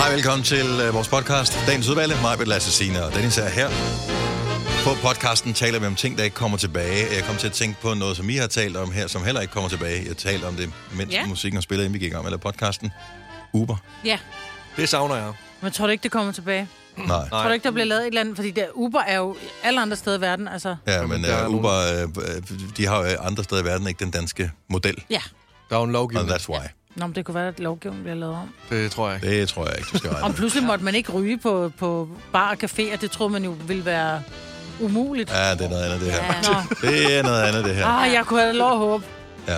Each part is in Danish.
Hej, velkommen til vores podcast. Dagens udvalgte, mig, Lasse, Signe og Dennis er her. På podcasten taler vi om ting, der ikke kommer tilbage. Jeg kom til at tænke på noget, som I har talt om her, som heller ikke kommer tilbage. Jeg talte om det, mens musikken har spillet, inden vi gik om, eller podcasten. Uber. Ja. Det savner jeg. Men tror du ikke, det kommer tilbage? Nej. Tror du ikke, der bliver lavet et eller andet? Fordi Uber er jo alle andre steder i verden, altså. Ja, men Uber, de har jo andre steder i verden ikke den danske model. Ja. Der er jo en lovgivning. And that's why. Nå, men det kunne være, at lovgivningen bliver lavet om. Det tror jeg ikke. Det tror jeg ikke, du skal regne. Og pludselig måtte man ikke ryge på bar og caféer. Det troede man jo ville være umuligt. Ja, det er noget andet, det her. Ja. Det er noget andet, det her. Jeg kunne have lov at håbe. Ja.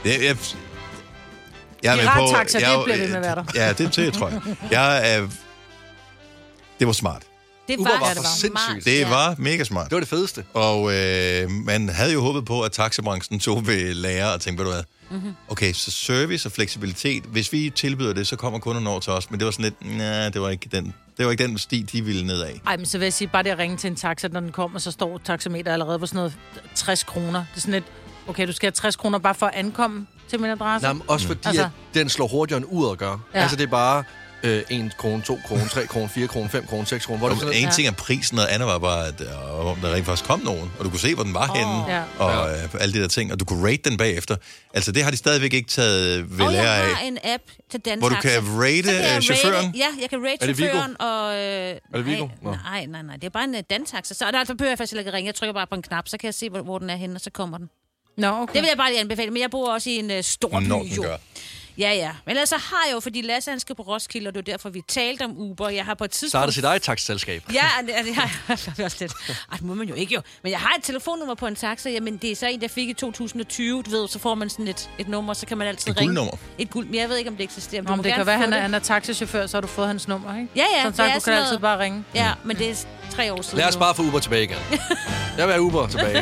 Jeg er med på... Taxa, det bliver det med at være der. Ja, det tror jeg. Det var smart. Uber var for sindssygt. Det var mega smart. Det var det fedeste. Og man havde jo håbet på, at taxabranchen tog ved lære og tænkte, ved du hvad, okay, så service og fleksibilitet, hvis vi tilbyder det, så kommer kunderne over til os. Men det var sådan lidt, det var ikke den sti, de ville nedad. Ej, men så vil jeg sige, bare det at ringe til en taxa, når den kommer, så står taxameter allerede på sådan noget 60 kroner. Det er sådan lidt, okay, du skal have 60 kroner bare for at ankomme til min adresse. Nej, også fordi, at den slår hurtigere end uret gør. Ja. Altså, det er bare 1 krone, 2 kroner, 3 kroner, 4 kroner, 5 kroner, 6 kroner. Hvor en ting er prisen, noget andet var bare, at der rent faktisk kom nogen, og du kunne se, hvor den var henne, og alle de der ting, og du kunne rate den bagefter. Altså, det har de stadigvæk ikke taget ved lære af. Jeg har en app til den hvor du kan rate chaufføren? Jeg kan rate chaufføren, og... Er det Vigo? Nej, det er bare en Dantaxa. Så der behøver jeg faktisk ikke ringe. Jeg trykker bare på en knap, så kan jeg se, hvor den er henne, og så kommer den. Nå, okay. Det vil jeg bare lige anbefale, men jeg bor også i en stor by, jo. Ja. Men ellers så har jeg jo, fordi Lasse han skal på Roskilde, og det er derfor, vi talte om Uber. Jeg har på et tidspunkt... Starter sit eget taxaselskab. Ja, det har jeg også lidt. Det må man jo ikke jo. Men jeg har et telefonnummer på en taxa. Jamen, det er så en, der fik i 2020. Du ved, så får man sådan et nummer, så kan man altid ringe. Et guldnummer? Et guld, men jeg ved ikke, om det eksisterer. Men det kan være, han er taxichauffør, så har du fået hans nummer, ikke? Ja. Sådan sagt, du kan altid bare ringe. Ja, men det er 3 år siden. Lad os bare få Uber tilbage igen. Jeg vil have Uber tilbage.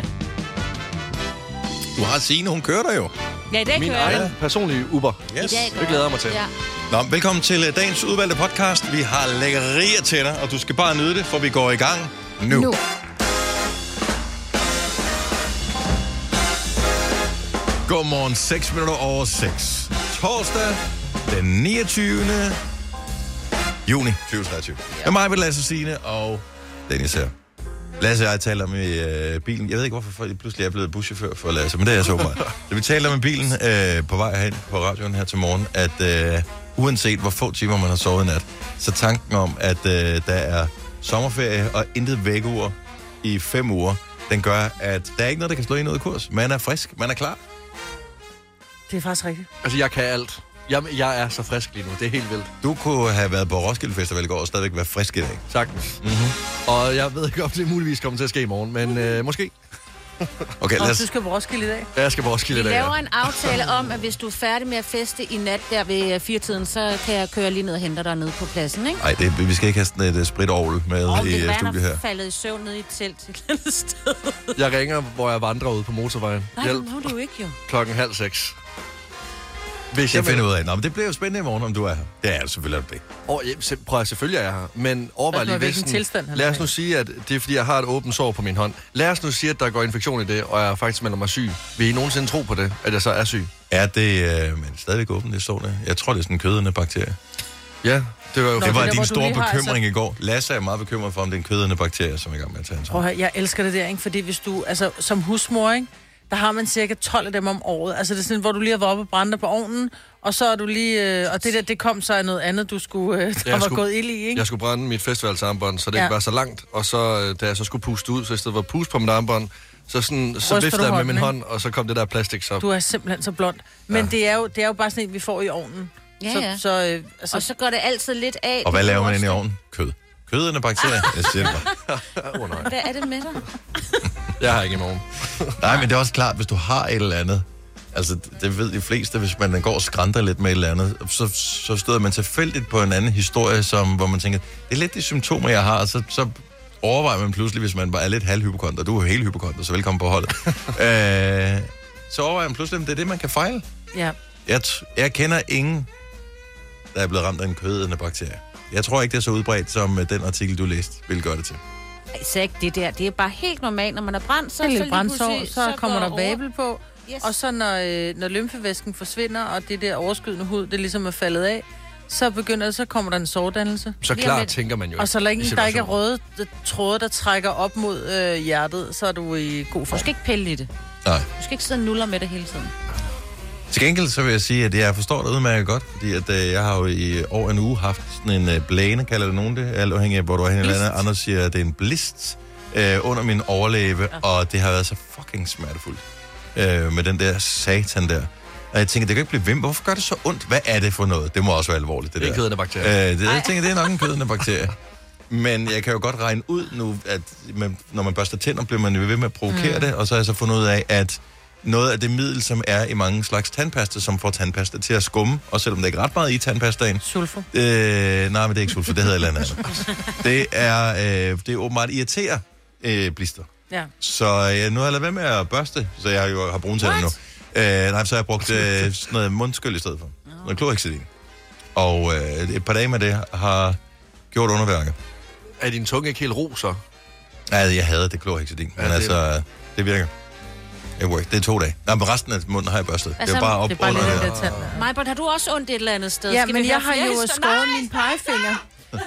Du har Signe, hun kører der jo. Ja, det min kører egen personlige Uber. Yes. Det glæder jeg mig til. Ja. Nå, velkommen til dagens udvalgte podcast. Vi har lækkerier til dig, og du skal bare nyde det, for vi går i gang nu. Godmorgen, 6 minutter over 6. Torsdag, den 29. juni 2023. Med mig, med Lasse, Signe og Dennis her. Lasse og jeg taler om i bilen. Jeg ved ikke, hvorfor pludselig er blevet buschauffør for Lasse, men det er jeg så meget. Så vi taler om i bilen på vej hen på radioen her til morgen, at uanset hvor få timer man har sovet i nat, så tanken om, at der er sommerferie og intet vækkeur i 5 uger, den gør, at der er ikke noget, der kan slå en ud i kurs. Man er frisk, man er klar. Det er faktisk rigtigt. Altså, jeg kan alt. Jeg er så frisk lige nu. Det er helt vildt. Du kunne have været på Roskilde Festival i går og stadigvæk være frisk i dag. Sagtens. Og jeg ved ikke, om det muligvis kommer til at ske i morgen, men måske. Okay, lad os... Du skal på Roskilde i dag? Jeg skal på Roskilde i dag. Vi laver en aftale om, at hvis du er færdig med at feste i nat der ved 4-tiden, så kan jeg køre lige ned og hente dig nede på pladsen, ikke? Nej, vi skal ikke have sådan et spritovl med i studiet her. Og faldet i søvn nede i et telt et eller andet sted. Jeg ringer, hvor jeg vandrer ude på motorvejen. Nej, det må du ikke jo. 5:30. Hvis jeg finder ud af. Nå, men det bliver jo spændende i morgen, om du er her. Det er jo selvfølgelig det. Prøv at selvfølgelig er jeg her. Men overvej lige tilstand. Lad os nu sige, at det er fordi, jeg har et åbent sår på min hånd. Lad os nu sige, at der går infektion i det, og jeg faktisk melder mig syg. Vil I nogensinde tro på det, at jeg så er syg? Er det men stadigvæk åbent, det står der? Jeg tror, det er sådan en kødende bakterie. Ja, det var jo... Det var din store bekymring i går. Lasse er meget bekymret for, om det er en kødende bakterie, som er i gang med at tage en. Prøv at høre, jeg elsker det der, ikke? Fordi hvis du, altså som husmor, ikke? Der har man cirka 12 af dem om året. Altså det er sådan, hvor du lige har været oppe og brændt på ovnen, og så er du lige... og det der, det kom så af noget andet, du skulle... gået ild i, ikke? Jeg skulle brænde mit festivalsarmbånd, så det ikke var så langt. Og så, da jeg så skulle puste ud, så i stedet for at puste på mit armbånd, så viftede jeg med min hånd, og så kom det der plastik så... Du er simpelthen så blond. Men det er jo bare sådan en, vi får i ovnen. Ja. Og så går det altid lidt af. Og hvad laver man inde i ovnen? Kød. Kødende bakterier? Jeg siger det bare. Hvad er det med dig? Jeg har ikke i morgen. Nej, men det er også klart, hvis du har et eller andet, altså det ved de fleste, hvis man går og skrænter lidt med et eller andet, så støder man tilfældigt på en anden historie, hvor man tænker, det er lidt de symptomer, jeg har, og så overvejer man pludselig, hvis man bare er lidt halvhypokonter, du er helt hypokonter, så velkommen på holdet, så overvejer man pludselig, om det er det, man kan fejle. Ja. Jeg kender ingen, der er blevet ramt af en kødende bakterie. Jeg tror ikke, det er så udbredt, som den artikel, du læste, vil gøre det til. Så ikke det der. Det er bare helt normalt, når man er brændt, så kommer der vabel på. Yes. Og så når lymfevæsken forsvinder, og det der overskydende hud, det ligesom er faldet af, så kommer der en sårdannelse. Så klart tænker man jo. Og så længe der ikke er røde tråde, der trækker op mod hjertet, så er du i god form. Du skal ikke pille i det. Nej. Du skal ikke sidde og nuller med det hele tiden. Til gengæld så vil jeg sige, at jeg forstår det udmærket godt, fordi at, jeg har jo i over en uge haft sådan en blæne, kalder det nogen det, alt afhængig af, hvor du er henne eller andet. Andre siger, at det er en blist under min overlæbe, og det har været så fucking smertefuldt med den der satan der. Og jeg tænker, det kan ikke blive hvorfor gør det så ondt? Hvad er det for noget? Det må også være alvorligt, det der. Det er en kødende bakterie. Jeg tænker, det er nok en kødende bakterie. Men jeg kan jo godt regne ud nu, at når man børster tænder, bliver man jo ved med at provokere det, og så har jeg så fundet ud af, at noget af det middel, som er i mange slags tandpasta, som får tandpasta til at skumme, og selvom der ikke er ret meget i tandpastaen... Sulfur? Nej, men det er ikke sulfur, det hedder et eller andet. Det er åbenbart irriterer blister. Ja. Så nu har jeg lavet være med at børste, så jeg jo har brun tænder nu. Nej, så har jeg brugt sådan noget mundskyld i stedet for. Noget Chlorhexidin. Og et par dage med det har gjort underværker. Er din tunge ikke helt ro, så? Ja, jeg hader det Chlorhexidin, men altså, det virker. Det er 2 dage. Nej, men resten af munden har jeg børstet. Altså, det er bare op bare under det. Majbert, har du også ondt et eller andet sted? Ja, Skal men vi jeg høre har jo flere skåret min pegefinger.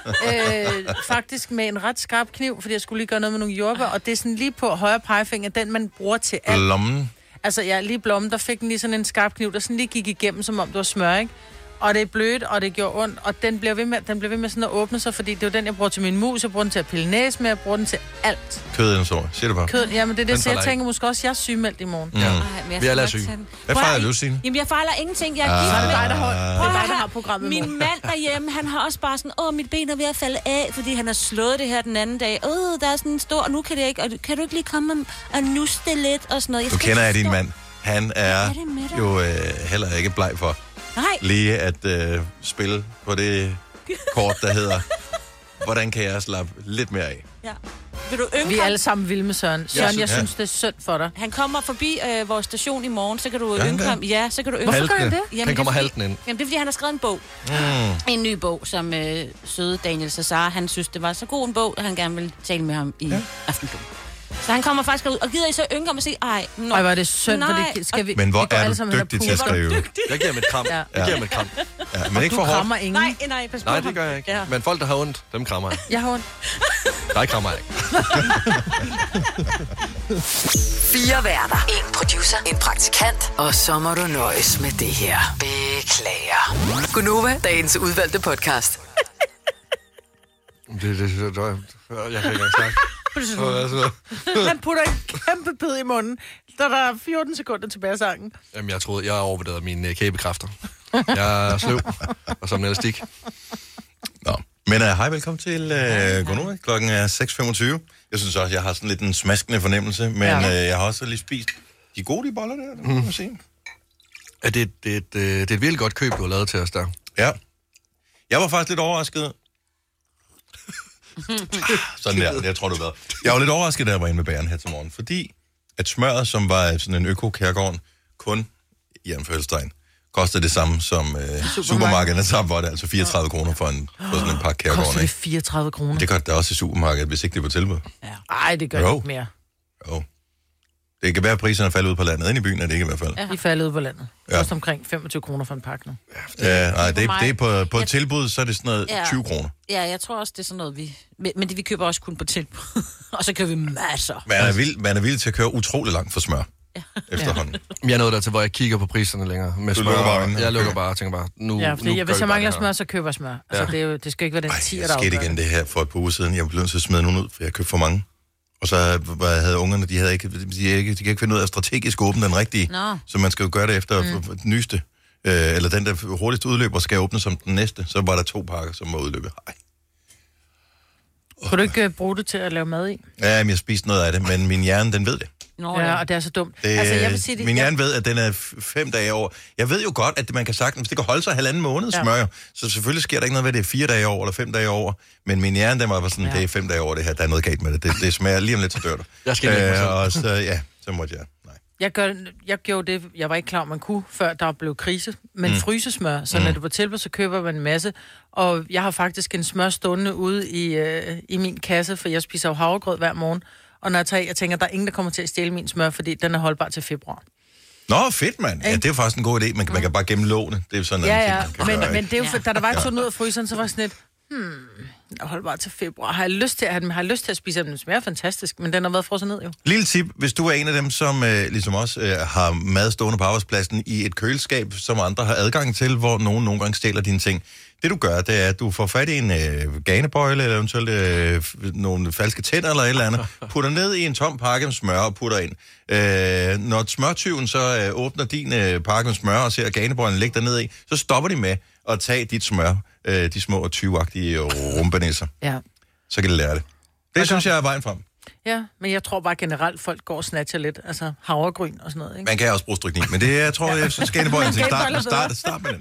Faktisk med en ret skarp kniv, fordi jeg skulle lige gøre noget med nogle jordbær, og det er sådan lige på højre pegefinger, den man bruger til alt. Blommen. Altså, ja, lige blommen, der fik den lige sådan en skarp kniv, der sådan lige gik igennem, som om det var smør, ikke? Og det er blødt, og det gjorde ondt, og den bliver ved med sådan at åbne sig, fordi det er jo den, jeg bruger til min mus, jeg bruger den til at pille næse med, jeg bruger den til alt. Kødindsår, siger du bare. Kød, jamen det er det, så jeg tænker måske også, jeg er sygemeldt i morgen. Vi er alle syge. Hvad fejler du, Signe? Jamen, jeg fejler ingenting. Jeg er gift med... Det er dig, der har programmet. Min mand derhjemme, han har også bare sådan, mit ben er ved at falde af, fordi han har slået det her den anden dag. Der er sådan en stor, og nu kan det ikke, og kan du ikke lige komme og nusse det lidt og sådan noget. Du kender jeg din mand. Han er jo heller ikke bleg for lige at spille på det kort, der hedder, hvordan kan jeg slappe lidt mere af? Ja. Vil du ynke? Vi er alle sammen vilde med Søren. Søren, jeg synes, det er synd for dig. Han kommer forbi vores station i morgen, så kan du ynke ham. Ja, så kan du ynke. Hvorfor gør jeg det? Jamen, han kommer halten ind. Jamen, det er, fordi han har skrevet en bog. En ny bog, som søde Daniel Cesar, han synes, det var så god en bog, at han gerne vil tale med ham i Aftenklubben. Så han kommer faktisk ud, og gider I så ynke om at sige, ej, var det synd, fordi skal vi... Men hvor er du dygtig til at skrive? Jeg giver ham et kram. Ja. Jeg giver ham et kram. Ja, men ikke for hårdt. Krammer ingen. Nej, pas på. Nej, det gør jeg ikke. Ja. Men folk, der har ondt, dem krammer jeg. Jeg har ondt. Nej, krammer jeg ikke. 4 værter. 1 producer. En praktikant. Og så må du nøjes med det her. Beklager. Gunova, dagens udvalgte podcast. Jeg kan ikke engang snakke. Han putter en kæmpe bid i munden, da der er 14 sekunder tilbage af sangen. Jamen, jeg troede, jeg overvurderede mine kæbekræfter. Jeg er sløv, og som en elastik. Nå. Men hej, velkommen til Gunova. Klokken er 6.25. Jeg synes også, jeg har sådan lidt en smaskende fornemmelse, men jeg har også lige spist de gode boller der, det må man sige. Ja, det er et virkelig godt køb, du har lavet til os der. Ja. Jeg var faktisk lidt overrasket. Sådan der, jeg tror du ved. Jeg var lidt overrasket, da jeg var inde med bæren her til morgen, fordi at smøret, som var sådan en øko-kærgården, kun i anførselstegn, kostede det samme som supermarkedet. Så var det altså 34 kroner for sådan en pakke kærgården. Koster det 34 kroner? Det gør det også i supermarkedet, hvis ikke det var tilbud. Ja. Ej, det gør det ikke mere. Jo. Det kan være, at priserne er faldet ud på landet. Inde i byen er det ikke i hvert fald. Ja. De er faldet ud på landet. Det koster omkring 25 kroner for en pakke nu. Ja, nej, det er på et tilbud, så er det sådan noget 20 kroner. Ja, jeg tror også, det er sådan noget, men det vi køber også kun på tilbud. Og så køber vi masser. Man er villig til at køre utrolig langt for smør. Efterhånden. Jeg er nået der til, hvor jeg kigger på priserne længere. Med smør. Lukker bare jeg lukker bare og tænker bare, nu ja, fordi hvis jeg mangler smør, så køber jeg smør. Altså, det skal ikke være den 10, der afgør. Det skete igen det her for et par uger siden. Jeg blev nødt til at smide nogen ud, for jeg købte for mange. Og så havde ungerne, de kan ikke finde ud af strategisk åbne den rigtige. Så man skal jo gøre det efter den nyeste. Eller den, der hurtigst udløber, skal åbne som den næste. Så var der 2 pakker, som var udløbet. Kunne du ikke bruge det til at lave mad i? Ja, men jeg spiste noget af det, men min hjerne, den ved det. Ja, og det er så dumt. Jeg vil sige det, min hjerne ved, at den er 5 dage over. Jeg ved jo godt, at man kan sagtens, hvis det kan holde sig 1,5 måned smør, så selvfølgelig sker der ikke noget ved, det er 4 dage over eller 5 dage over. Men min hjerne, den var sådan, det er 5 dage over det her, der er noget galt med det. Det smager lige om lidt, så dør du. Jeg skal ikke og så måtte jeg. Nej. Jeg gjorde det, jeg var ikke klar, man kunne, før der blev krise. Men frysesmør, så når det var tilbud, så køber man en masse. Og jeg har faktisk en smør stående ude i min kasse, for jeg spiser jo havregrød hver morgen. Og når jeg tænker, der er ingen, der kommer til at stjæle min smør, fordi den er holdbar til februar. Nå, fedt, mand. Ja, det er faktisk en god idé. Man kan bare gemme låne. Det er sådan en ting, man kan gøre, men det er jo, da der var ikke sådan ud af fryseren, så var sådan lidt, jeg holder bare til februar. Har jeg lyst til at have dem? Har jeg lyst til at spise dem? Den smager fantastisk, men den har været frosset ned jo. Lille tip, hvis du er en af dem, som ligesom os har mad stående på arbejdspladsen i et køleskab, som andre har adgang til, hvor nogen nogle gange stjæler dine ting. Det du gør, det er, at du får fat i en ganebøjle, eller eventuelt nogle falske tænder eller et eller andet, putter ned i en tom pakke med smør og putter ind. Når smørtyven så åbner din pakke med smør og ser ganebøjlen ligge dernede i, så stopper de med at tage dit smør, de små 20-agtige rumpenisser. Ja. Så kan de lære det. Det synes jeg er vejen frem. Ja, men jeg tror bare generelt, folk går og snatcher lidt. Altså havregryn og sådan noget, ikke? Man kan også bruge strykning, men det jeg tror jeg synes, ganebøjlen til start med den.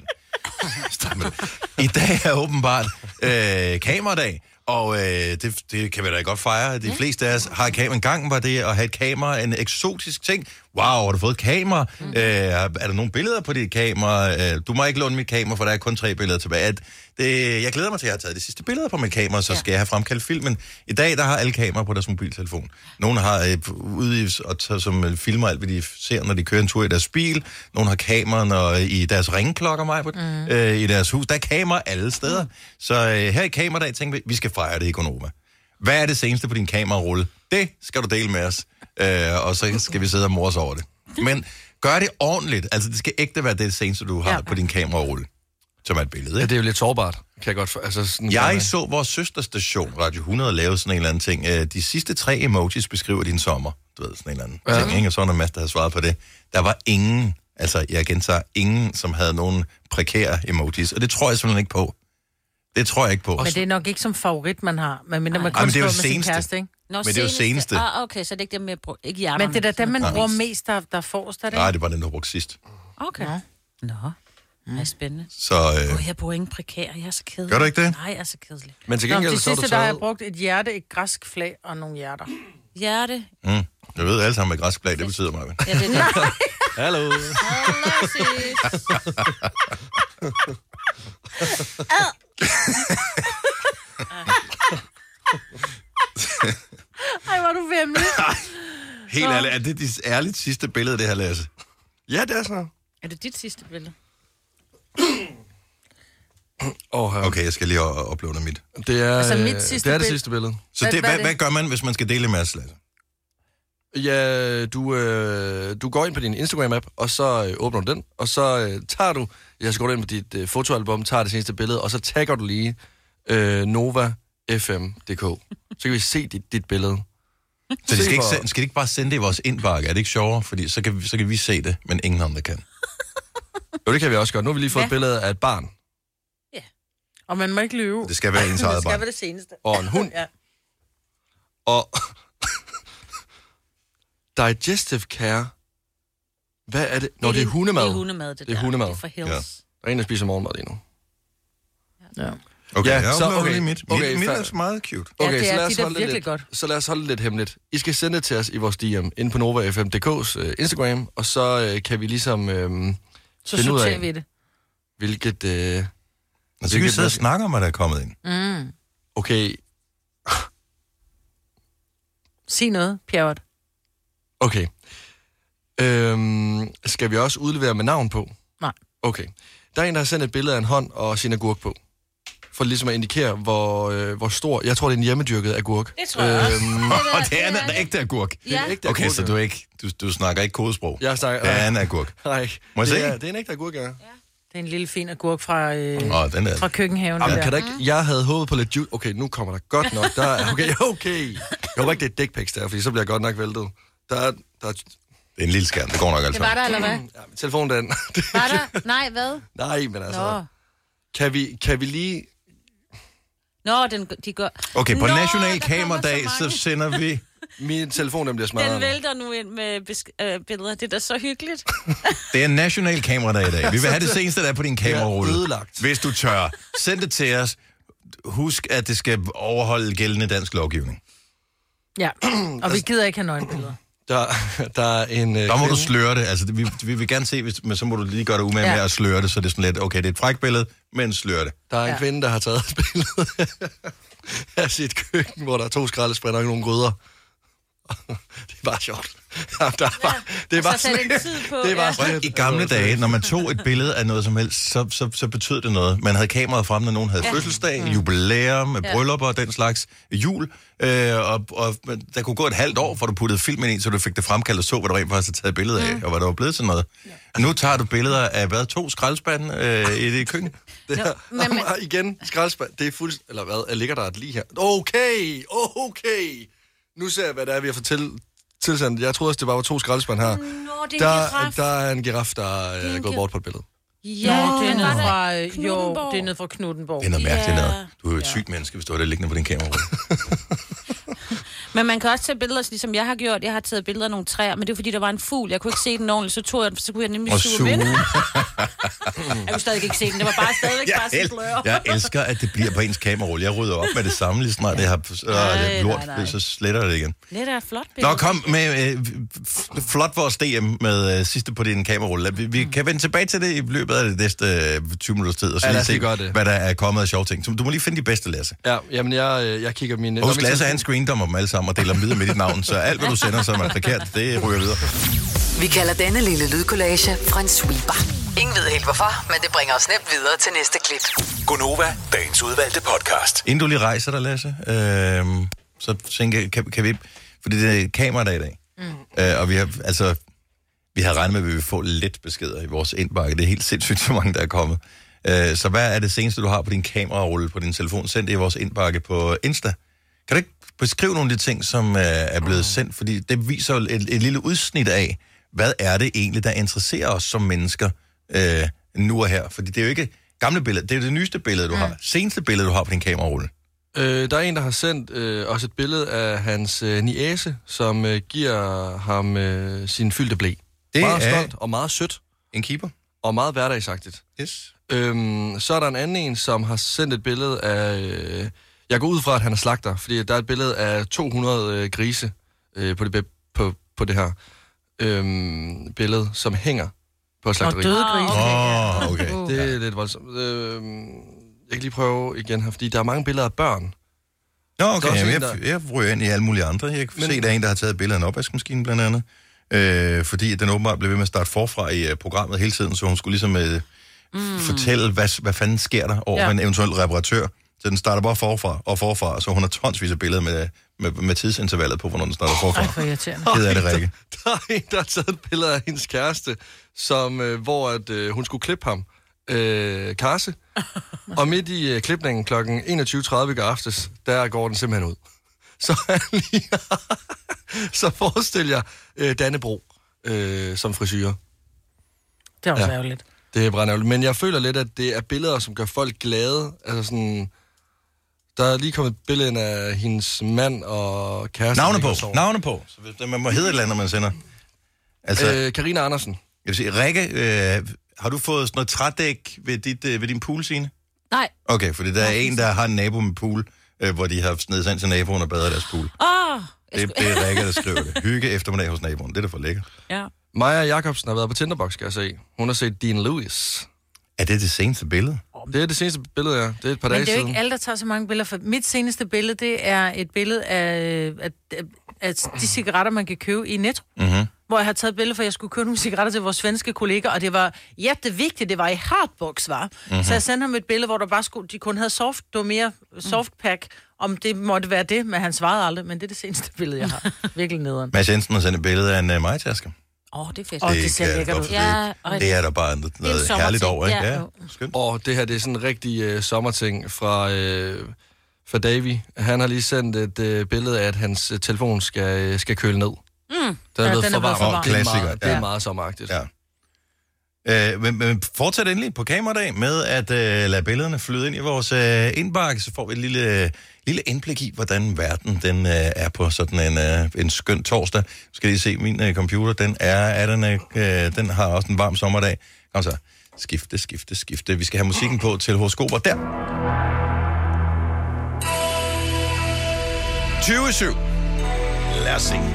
I dag er åbenbart kameradag, og det kan vi da godt fejre. De fleste af os har et kamera. En gang var det at have et kamera en eksotisk ting. Wow, har du fået et kamera? Er der nogle billeder på dit kamera? Du må ikke låne mit kamera, for der er kun 3 billeder tilbage. Jeg glæder mig til, at jeg har taget de sidste billeder på mit kamera, så skal jeg have fremkaldt filmen. I dag, der har alle kameraer på deres mobiltelefon. Nogle har ude som filmer alt, hvad de ser, når de kører en tur i deres bil. Nogle har kameraer i deres ringeklokker, i deres hus. Der er kameraer alle steder. Så her i kameradag tænker vi skal fejre det i Gonova. Hvad er det seneste på din kamerarulle? Det skal du dele med os. Og så skal vi sidde og morse over det. Men gør det ordentligt. Altså, det skal ægte være det seneste, du har på din kamerarulle. Som er et billede, ikke? Ja, det er jo lidt sårbart, kan jeg godt... Jeg så vores søsterstation, Radio 100, lave sådan en eller anden ting. De sidste 3 emojis beskriver din sommer. Du ved, sådan en eller anden ting, ikke? Og så er der en masse, der havde svaret på det. Der var ingen, altså jeg gentager, ingen, som havde nogen prekære emojis. Og det tror jeg simpelthen ikke på. Det tror jeg ikke på. Men det er nok ikke som favorit, man har. Medmindre man kun skriver med sin kæreste, ikke? Men det er jo seneste. Okay, så det er ikke dem, jeg bruger. Ikke hjerterne. Men det er da dem, man bruger mest, der forrest, er det? Nej, det var den, du brugte sidst. Okay. Nå. Det er spændende. Så, jeg bruger ingen prekær. Jeg er så kedelig. Gør du ikke det? Nej, jeg er så kedelig. Men til gengæld, de sidste, der har jeg brugt et hjerte, et græsk flag og nogle hjerter. Hjerte? Jeg ved alle sammen, hvad græsk flag, det betyder mig. Ja, det er det. Hallo. Hallo, sis. Ej, hvor er du vemmelig. Helt ærligt, er det dit ærligt sidste billede, det her, Lasse? Ja, det er så. Er det dit sidste billede? Okay, jeg skal lige uploade mit. Det er, altså mit sidste det er det sidste billede. Så hvad gør man, hvis man skal dele med os, Lasse? Ja, du går ind på din Instagram-app, og så åbner du den, og så tager du, så går du ind på dit fotoalbum, tager det seneste billede, og så tagger du lige novafm.dk. Så kan vi se dit billede. Så skal de ikke bare sende det i vores indbakke? Er det ikke sjovere? Fordi så kan vi se det, men ingen andre kan. Jo, det kan vi også godt. Nu har vi lige fået et billede af et barn. Ja. Og man må ikke lyve. Det skal være ens eget barn. Det skal være det seneste. Og en hund. Ja. Og digestive care. Hvad er det? Nå, det er hundemad. Det er hundemad, det er hundemad. Det er for Hills. Ja. Der er en, der spiser morgenmad lige nu. Ja. Okay, ja, så okay. Mit er meget cute. Okay, ja, det så er virkelig godt. Så lad os holde det lidt hemmeligt. I skal sende det til os i vores DM inde på NovaFM.dk's Instagram, og så kan vi ligesom så sorterer vi det. Hvilket... så kan vi sidde og snakke om, hvad der er kommet ind. Okay. Sig noget, Pjerrot. Okay. Skal vi også udlevere med navn på? Nej. Okay. Der er en, der har sendt et billede af en hånd og sin agurk på. For ligesom at indikere, hvor stor... Jeg tror, det er en hjemmedyrket agurk. Det tror jeg også. Det er en ægte agurk. Ja. Okay, så du snakker ikke kodesprog. Jeg snakker... Det er en agurk. Nej. Må jeg se? Det er en ægte agurk, ja. Det er en lille fin agurk fra køkkenhaven. Jamen, kan der ikke... Jeg havde håbet på lidt juice. Okay, nu kommer der godt nok. Okay. Jeg håber ikke, det er dick pics der, fordi så bliver jeg godt nok væltet. Der er... Det er en lille skærm, det går nok altså. Det var der, eller hvad? Ja, telefonen den. Var der? Nej, hvad? Nej, men altså... Kan vi lige... Nå, de gør... Okay, på National Kameradag, så sender vi... Min telefon, den bliver smadret. Den vælter nu ind med billeder. Det er da så hyggeligt. Det er National Kameradag i dag. Vi vil have det seneste, der er på din kamerarulle. Hvis du tør, send det til os. Husk, at det skal overholde gældende dansk lovgivning. Ja, og vi gider ikke have nøgenbilleder. Der er en... Der må du sløre det. Altså, vi vil gerne se, men så må du lige gøre det umage med at sløre det, så det er sådan lidt, okay, det er et frækt billede, men sløre det. Der er en kvinde, der har taget et billede af sit køkken, hvor der er 2 skraldesprænder og nogle gryder. Det er bare sjovt. Det var sådan I gamle dage, når man tog et billede af noget som helst, så betød det noget. Man havde kameraet frem, når nogen havde fødselsdag, jubilæum, bryllupper og den slags, jul. Og der kunne gå et halvt år, for du puttede filmen ind, så du fik det fremkaldt og så, hvad du rent faktisk havde taget billeder af, og hvad der var blevet til noget. Nu tager du billeder af, 2 skraldespande i det køkken? Men igen, skraldespand, det er fuldstændig... Eller hvad, ligger der et lige her? Okay! Nu ser jeg, hvad det er, vi har fået tilsendt. Jeg troede også, det bare var 2 skraldespand her. Det er der er en giraf, der er gået bort på et billede. Ja, det er nede fra, det er nede fra Knuthenborg. Det er noget mærkeligt noget. Du er jo et sygt menneske, hvis du har det liggende på din kamera. Men man kan også tage billeder, ligesom jeg har gjort. Jeg har taget billeder af nogle træer, men det er fordi, der var en fugl. Jeg kunne ikke se den ordentligt, så kunne jeg nemlig suge med. Jeg kunne stadig ikke se den. Det var bare stadigvæk bare så blør. Jeg elsker, at det bliver på ens kamerarulle. Jeg rydder op med det samme, lige snart det har lort, så sletter det igen. Det er flot billede. Nå, kom med flot vores DM med sidste på din kamerarulle. Vi kan vende tilbage til det i løbet af det næste 20 minutters tid, og så lige se, hvad der er kommet af sjove ting. Så du må lige finde de bedste, Lasse. Ja, jamen jeg kigger mine... Husk, Lasse er en screendommer dem alle sammen og deler dem videre med dit navn, så alt, hvad du sender, som er forkert, det ryger videre. Vi kalder denne lille lydkollage en sweeper. Ingen ved helt hvorfor, men det bringer os nemt videre til næste klip. Gonova, dagens udvalgte podcast. Inden du lige rejser dig, Lasse, så tænker jeg, kan vi... Fordi det er kameradag i dag, og vi har regnet med, at vi vil få lidt beskeder i vores indbakke. Det er helt sindssygt, så mange der er kommet. Så hvad er det seneste, du har på din kamerarulle på din telefon? Send det i vores indbakke på Insta. Kan du ikke beskrive nogle af de ting, som er blevet sendt? Fordi det viser jo et lille udsnit af, hvad er det egentlig, der interesserer os som mennesker nu og her? Fordi det er jo ikke gamle billeder, det er det nyeste billede, du har. Seneste billede, du har på din kamerarulle. Der er en, der har sendt også et billede af hans niece, som giver ham sin fyldte ble. Det meget stolt og meget sødt. En keeper. Og meget hverdagsagtigt. Yes. Så er der en anden en, som har sendt et billede af... jeg går ud fra, at han er slagter, fordi der er et billede af 200 grise på det her billede, som hænger på slagteri. Og døde grise. Okay. Det er lidt voldsomt. Jeg kan lige prøve igen her, fordi der er mange billeder af børn. Nå, okay. Jeg ryger ind i alle mulige andre. Jeg kan se, at der er en, der har taget et billede af en opvaskemaskine, blandt andet. Fordi den åbenbart blev ved med at starte forfra i programmet hele tiden, så hun skulle ligesom fortælle, hvad fanden sker der over en eventuel reparatør. Så den starter bare forfra, og så hun har tonsvis af billeder med tidsintervallet på, hvornår den starter forfra. Ej, for irriterende. Det er det, Rikke. Der er en, der har taget et billede af hendes kæreste, hvor hun skulle klippe ham. Karse. Og midt i klipningen kl. 21.30 i aftes, der går den simpelthen ud. Så forestil jer Dannebro som frisyrer. Det er også ærgerligt. Det er brændærgerligt. Men jeg føler lidt, at det er billeder, som gør folk glade. Altså sådan... Der er lige kommet et billede ind af hendes mand og kæreste. Navne på. Så man må hedde et eller andet, når man sender. Altså... Karina Andersen. Jeg vil sige, Rikke, har du fået sådan noget trædæk ved din pool, Signe? Nej. Okay, fordi der er en, der har en nabo med pool, hvor de har snedet sig ind til naboen og bader deres pool. Det er Rikke, der skriver det. Hygge eftermiddag hos naboen. Det er da for lækkert. Ja. Maja Jacobsen har været på Tinderbox, skal jeg se. Hun har set Dean Lewis. Er det seneste billede? Det er det seneste billede, ja. Det er et par dage siden. Men det er jo ikke alle, der tager så mange billeder. For mit seneste billede, det er et billede af de cigaretter, man kan købe i Netto. Mm-hmm. Hvor jeg har taget billeder, for jeg skulle købe nogle cigaretter til vores svenske kolleger, og det var vigtigt, det var i hardbox, var. Mm-hmm. Så jeg sendte ham et billede, hvor der bare de kun havde det var mere softpack, om det måtte være det, men han svarede aldrig, men det er det seneste billede, jeg har. Virkelig nederen. Mads Jensen har sendt et billede af en majtaske. Det er fedt. Det ser lækkert ud. Det er der bare noget herligt over, ikke? Ja, skønt. Og det her, det er sådan en rigtig sommerting fra Davy. Han har lige sendt et billede af, at hans telefon skal køle ned. Den er blevet for varm. Klassiker. Det er meget sommeragtigt. Ja. Men fortsæt endelig på kameradag med at lade billederne flyde ind i vores indbakke, så får vi et lille indblik i, hvordan verden den er på sådan en skøn torsdag. Skal lige se, min computer, den har også en varm sommerdag. Kom så, skifte. Vi skal have musikken på til horoskoper der. 20:07. Lad os se.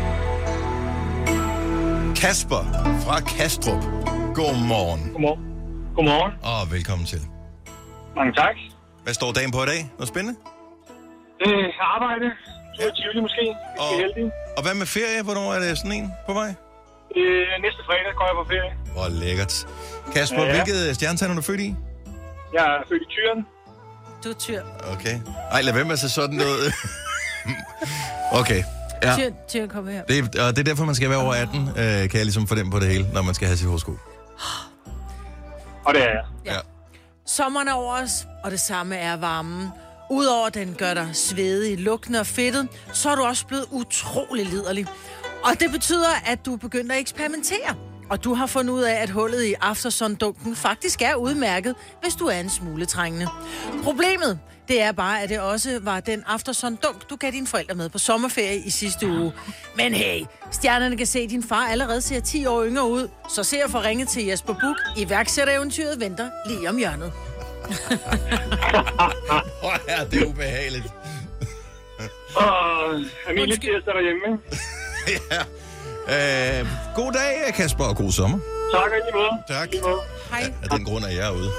Kasper fra Kastrup. Godmorgen. Godmorgen. Og velkommen til. Mange tak. Hvad står dagen på i dag? Noget spændende? Arbejde. tur i Tivoli måske. Vi er heldige. Og hvad med ferie? Hvornår er det sådan en på vej? Næste fredag går jeg på ferie. Hvor lækkert. Kasper, hvilket stjernetegn er du født i? Jeg er født i Tyren. Du er tyr. Okay. Ej, lad være med at se sådan noget. Okay. Ja. Tyr kommer her. Det er derfor, man skal være over 18, kan jeg ligesom fornemme på det hele, når man skal have sit horoskop. Og det er jeg. Ja. Sommeren er over os, og det samme er varmen. Udover at den gør dig svedig, lugtende og fedtet, så er du også blevet utrolig liderlig. Og det betyder, at du er begyndt at eksperimentere. Og du har fundet ud af, at hullet i aftersun-dunken faktisk er udmærket, hvis du er en smule trængende. Problemet, det er bare, at det også var den aftersun-dunk, du gav dine forældre med på sommerferie i sidste uge. Men hey, stjernerne kan se, at din far allerede ser 10 år yngre ud. Så se at få ringet til Jesper Buch. Iværksættereventyret venter lige om hjørnet. Ja, det er ubehageligt. Familie tirsdag derhjemme. Ja. God dag, Kasper, og god sommer. Tak, og lige måde. Tak. Hej. Af den grund er jeg ude.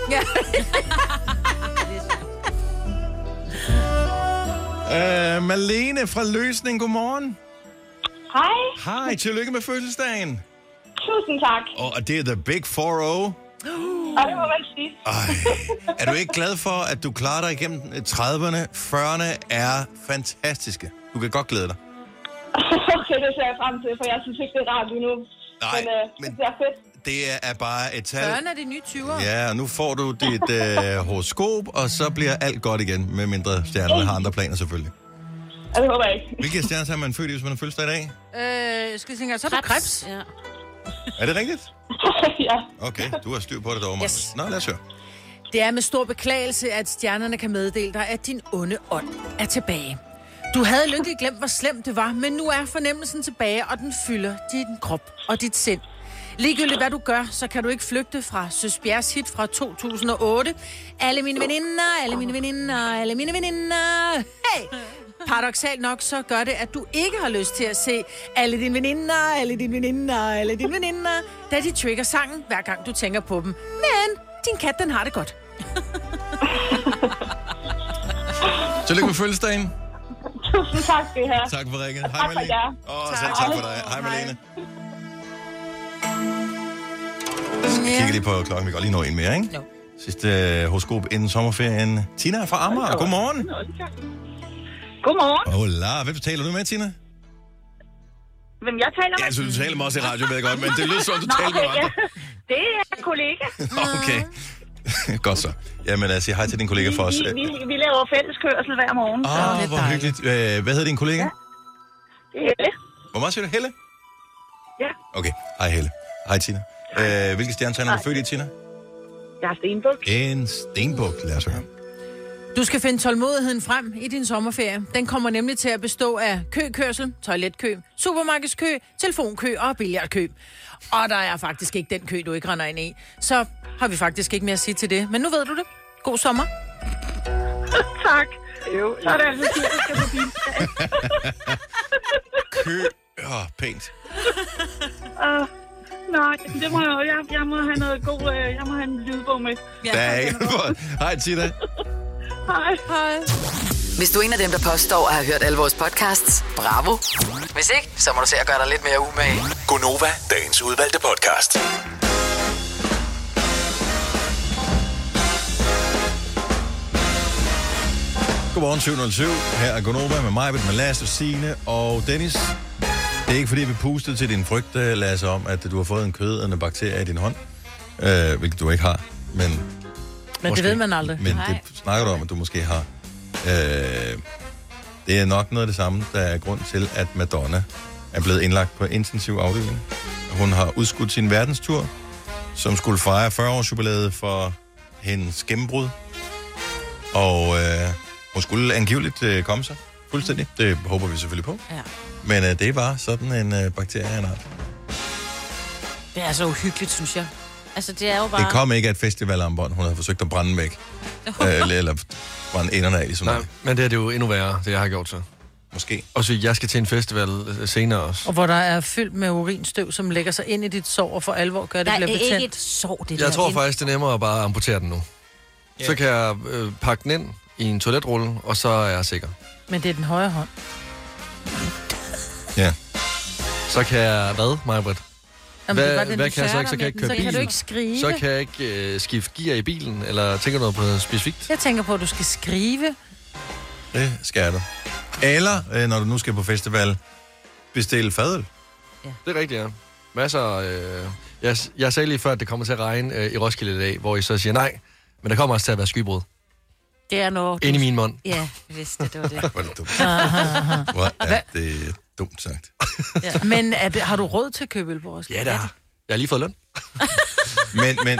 Ja. Malene fra Løsning, godmorgen. Hej. Hej, tillykke med fødselsdagen. Tusind tak. Og det er The Big 4-0. Og det må man sige. Er du ikke glad for, at du klarer dig igennem 30'erne? 40'erne er fantastiske. Du kan godt glæde dig. Okay, det ser jeg frem til, for jeg synes ikke, det er rart lige nu. Nej, men det er fedt. Det er bare et tal. 40'erne er de nye 20'ere. Ja, og nu får du dit horoskop, og så bliver alt godt igen, med mindre stjernerne har andre planer selvfølgelig. Ja, det håber jeg ikke. Hvilke stjerner er man født i, hvis man er fødselsdag i dag? Skal vi tænke, så er det krebs. Ja. Er det rigtigt? Ja. Okay, du har styr på det derovre, Maja. Yes. Nå, lad os høre. Det er med stor beklagelse, at stjernerne kan meddele dig, at din onde ånd er tilbage. Du havde lykkeligt glemt, hvor slemt det var, men nu er fornemmelsen tilbage, og den fylder din krop og dit sind. Ligegyldigt hvad du gør, så kan du ikke flygte fra Søs Bjergs hit fra 2008. Alle mine veninder, alle mine veninder, alle mine veninder. Hey! Paradoksalt nok, så gør det, at du ikke har lyst til at se alle dine veninder, alle dine veninder, alle dine veninder, da de trigger sangen, hver gang du tænker på dem. Men din kat, den har det godt. Tillykke med fødselsdagen. Tusind tak, det her. Tak for ringet. Hej, Tak for Malene. jer. Selv tak for dig. Hej, Malene. Jeg kigger lige på klokken. Vi kan godt lige nå en mere, ikke? Jo. Sidste horoskop inden sommerferien. Tina er fra Amager. Godmorgen. Godmorgen. Hola. Hvem taler du med, Tina? Hvem jeg taler med? Ja, altså, du taler med os i radio, ved jeg godt, men det lyder som, du taler med andre. Det er en kollega. Okay. Godt så. Jamen, sig hej til din kollega for os. Vi laver fælles kørsel hver morgen. Hvor hyggeligt. Hvad hedder din kollega? Det er Helle. Hvor meget siger du? Helle? Ja. Okay. Hej, Helle. Hej, Tina. Hvilke stjernetegn er du født i, Tina? Jeg er stenbuk. En stenbuk. Lad os høre. Du skal finde tålmodigheden frem i din sommerferie. Den kommer nemlig til at bestå af køkørsel, toiletkø, supermarkedskø, telefonkø og billiardkø. Og der er faktisk ikke den kø, du ikke render ind i. Så har vi faktisk ikke mere at sige til det. Men nu ved du det. God sommer. Tak. Jo, så er det altså tid, at skal på bil. Kø. Pænt. Nej, det må jeg må have noget god, jeg må have en lydbog med. Der er ikke noget. Hej, Tina. Hej. Hej. Hvis du er en af dem, der påstår at have hørt alle vores podcasts, bravo. Hvis ikke, så må du se at gøre dig lidt mere umage. Gonova, dagens udvalgte podcast. Godmorgen 707. Her er Gonova med mig, med Lasse, Signe og Dennis. Det er ikke fordi, vi pustede til din frygt, Lasse, om, at du har fået en kødædende bakterie i din hånd. Hvilket du ikke har, men det ved man aldrig. Men det snakker du om, at du måske har. Det er nok noget af det samme, der er grund til, at Madonna er blevet indlagt på intensiv afdeling. Hun har udskudt sin verdenstur, som skulle fejre 40-års jubilæet for hendes gennembrud. Og hun skulle angiveligt komme sig fuldstændig. Det håber vi selvfølgelig på. Ja. Men det var sådan en bakterie af en art. Det er så uhyggeligt, synes jeg. Altså, det er jo bare... Det kom ikke af et festivalarmbånd, hun havde forsøgt at brænde væk. Eller brænde enderne af, ligesom. Nej, men det er det jo endnu værre, det jeg har gjort så. Måske. Og så jeg skal til en festival senere også. Og hvor der er fyldt med urinstøv, som lægger sig ind i dit sår og for alvor gør, det bliver betændt. Der er ikke et sår, det der. Jeg tror faktisk, det er nemmere at bare amputere den nu. Yeah. Så kan jeg pakke den ind i en toiletrulle, og så er jeg sikker. Men det er den højre hånd. Ja. Så kan jeg... Hvad, Maja-Britt? Jamen, det er bare den, hvad du kan jeg så færder ikke? Så kan jeg ikke med køre den. Så kan du bil. ikke skrive. Så kan jeg ikke skifte gear i bilen, eller tænker du noget på noget specifikt? Jeg tænker på, at du skal skrive. Det skal du. Eller, når du nu skal på festival, bestille fadøl. Det er rigtigt, ja. Masser... Jeg sagde lige før, at det kommer til at regne i Roskilde i dag, hvor I så siger nej, men der kommer også til at være skybrud. Det er noget... Ind i min mund. Ja, jeg vidste det var det. Hvor er det dumt. Hvor er det dumt sagt. Ja. Men har du råd til at købe øl på Roskilde? Ja, der. Jeg har lige fået løn. Men ja,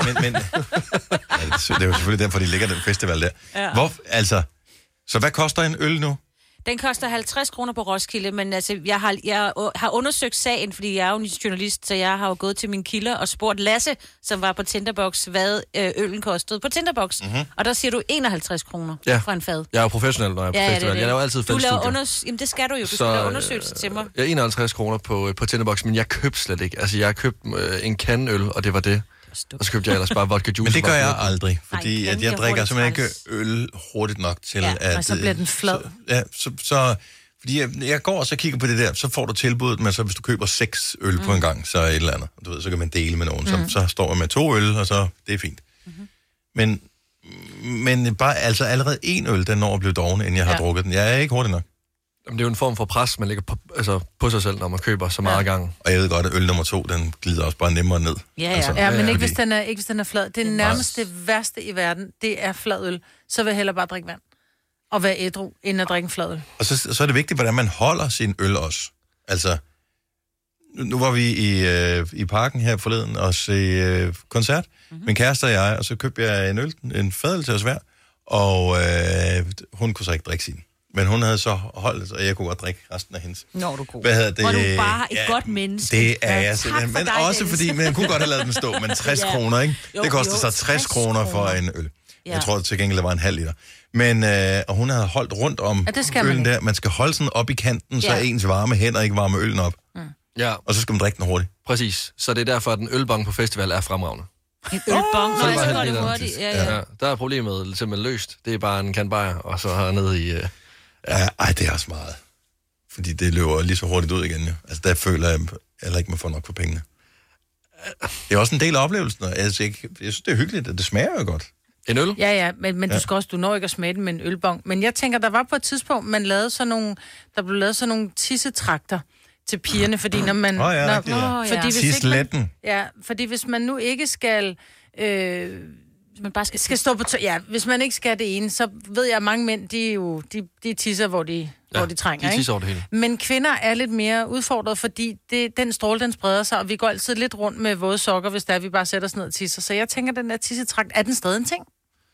det er jo selvfølgelig derfor, de ligger den festival der. Ja. Så hvad koster en øl nu? Den koster 50 kroner på Roskilde, men altså, jeg har undersøgt sagen, fordi jeg er jo journalist, så jeg har jo gået til min kilder og spurgt Lasse, som var på Tinderbox, hvad øllen kostede på Tinderbox. Mm-hmm. Og der siger du 51 kroner for en fad. Jeg er jo professionel, når jeg er på festival. Jeg laver altid fællesstudier. Jamen, det skal du jo. Du skal lave undersøgelser til mig. Jeg er 51 kroner på Tinderbox, men jeg købte slet ikke. Altså, jeg købte en kanøl, og det var det. Og så købte jeg ellers bare vodka juice. Men det gør jeg aldrig, fordi at jeg drikker simpelthen ikke øl hurtigt nok til, at... og så bliver den flad. Fordi jeg går og så kigger på det der, så får du tilbuddet, men så hvis du køber 6 øl på en gang, så er et eller andet. Du ved, så kan man dele med nogen. Så står man med 2 øl, og så det er fint. Mm-hmm. Men bare altså allerede 1 øl, den når at blive doven, inden jeg har drukket den. Jeg er ikke hurtig nok. Jamen, det er jo en form for pres, man lægger på sig selv, når man køber så meget gang. Og jeg ved godt, at øl nummer 2, den glider også bare nemmere ned. Men ikke hvis den er flad. Det er nærmest det værste i verden, det er fladøl. Så vil jeg hellere bare drikke vand. Og være ædru, inden at drikke en fladøl. Og så er det vigtigt, hvordan man holder sin øl også. Altså, nu var vi i parken her forleden og se koncert. Mm-hmm. Min kæreste og jeg, og så købte jeg en fadøl til os hver. Og hun kunne så ikke drikke sin. Men hun havde så holdt, og jeg kunne godt drikke resten af hendes. Nå, du god. Hvad hedder det? Var du bare et godt menneske. Det er jeg simpelthen. Men også fordi, men jeg kunne godt have lavet den stå, men 60 kroner, ikke? Det koster så 60 kroner for en øl. Jeg tror til gengæld, det var en halv liter. Men og hun havde holdt rundt om øllen der. Man skal holde sådan op i kanten, så ens varme hænder ikke varmer øllen op. Ja. Og så skal man drikke den hurtigt. Præcis. Så det er derfor, at en ølbong på festival er fremragende. En ølbong? Så går det hurtigt. Ja. Der er problemet simpelthen løst. Det er bare en kan bajer, og så hernede i... det er også meget. Fordi det løber lige så hurtigt ud igen, jo. Altså, der føler jeg heller ikke, man får nok for pengene. Det er også en del af oplevelsen. Jeg synes, det er hyggeligt, og det smager jo godt. En øl? Ja, men du når ikke at smage den med en ølbong. Men jeg tænker, der var på et tidspunkt, der blev lavet sådan nogle tissetrakter til pigerne, fordi når man... Tisletten. Fordi hvis man nu ikke skal... man bare skal stå på hvis man ikke skal det ene, så ved jeg, at mange mænd, de tisser, hvor de trænger, de tisser over det hele. Men kvinder er lidt mere udfordret, fordi den stråle, den spreder sig, og vi går altid lidt rundt med våde sokker, hvis der vi bare sætter os ned og tisser. Så jeg tænker, den der tissetrakt, er den stadig en ting?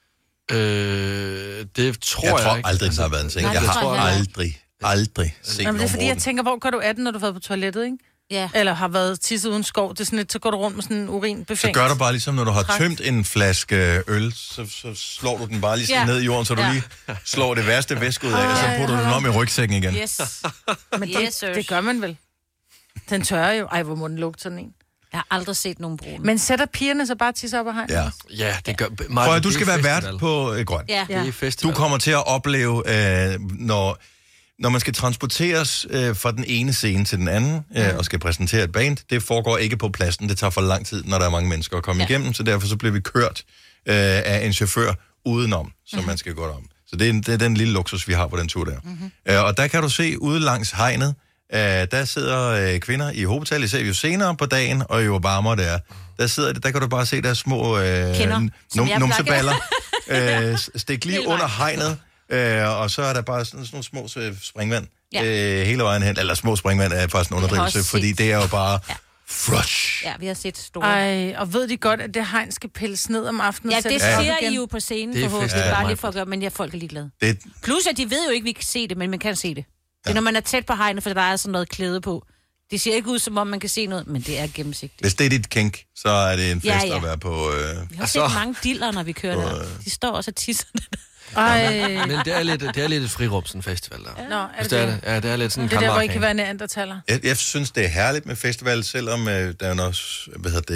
Det tror jeg tror ikke. aldrig, den har været en ting. Jeg har aldrig set nogen. Det er fordi, jeg tænker, hvor går du af den, når du har været på toilettet, ikke? Ja. Eller har været tisset uden skov. Det er sådan lidt, så går du rundt med sådan en urinbefængt. Så gør du bare ligesom, når du har tømt en flaske øl, så slår du den bare lige ned i jorden, så du lige slår det værste væske ud af, og så putter du den om i rygsækken igen. Yes. Men det gør man vel. Den tørrer jo. Ej, hvor må den lugte sådan en. Jeg har aldrig set nogen bruge den. Men sætter pigerne så bare tisser op og hegn? Ja, det gør... Prøv at du skal være vært på Grøn. Ja. Det er festival. Du kommer til at opleve, når man skal transporteres fra den ene scene til den anden, og skal præsentere et band, det foregår ikke på pladsen. Det tager for lang tid, når der er mange mennesker at komme igennem, så derfor så bliver vi kørt af en chauffør udenom, som man skal gå om. Så det er den lille luksus, vi har på den tur der. Og der kan du se ude langs hegnet, der sidder kvinder i hovedtal, det ser vi jo senere på dagen, og jo varmere det er. Der kan du bare se deres små numseballer stikke lige under hegnet, og så er der bare sådan nogle små springvand hele vejen hen. Eller små springvand er faktisk en underdrivelse, fordi det er jo bare fresh. Ja, vi har set store. Ej, og ved de godt, at det hegn skal pilles ned om aftenen? Ja, det siger I jo på scenen forhåbentlig, bare lige for at gøre, men folk er ligeglade. Plus, at de ved jo ikke, at vi kan se det, men man kan se det. Det er, når man er tæt på hegnet, for der er sådan noget klæde på. Det ser ikke ud, som om man kan se noget, men det er gennemsigtigt. Hvis det er dit kink, så er det en fest at være på... Vi har set mange diller, når vi kører der. De står også og tisser. Men det er lidt et frirum, sådan en festival der. Nå, er det? Ja, det er lidt sådan en det er der, hvor I kan være neandertaler. Jeg synes, det er herligt med festival, selvom der er også,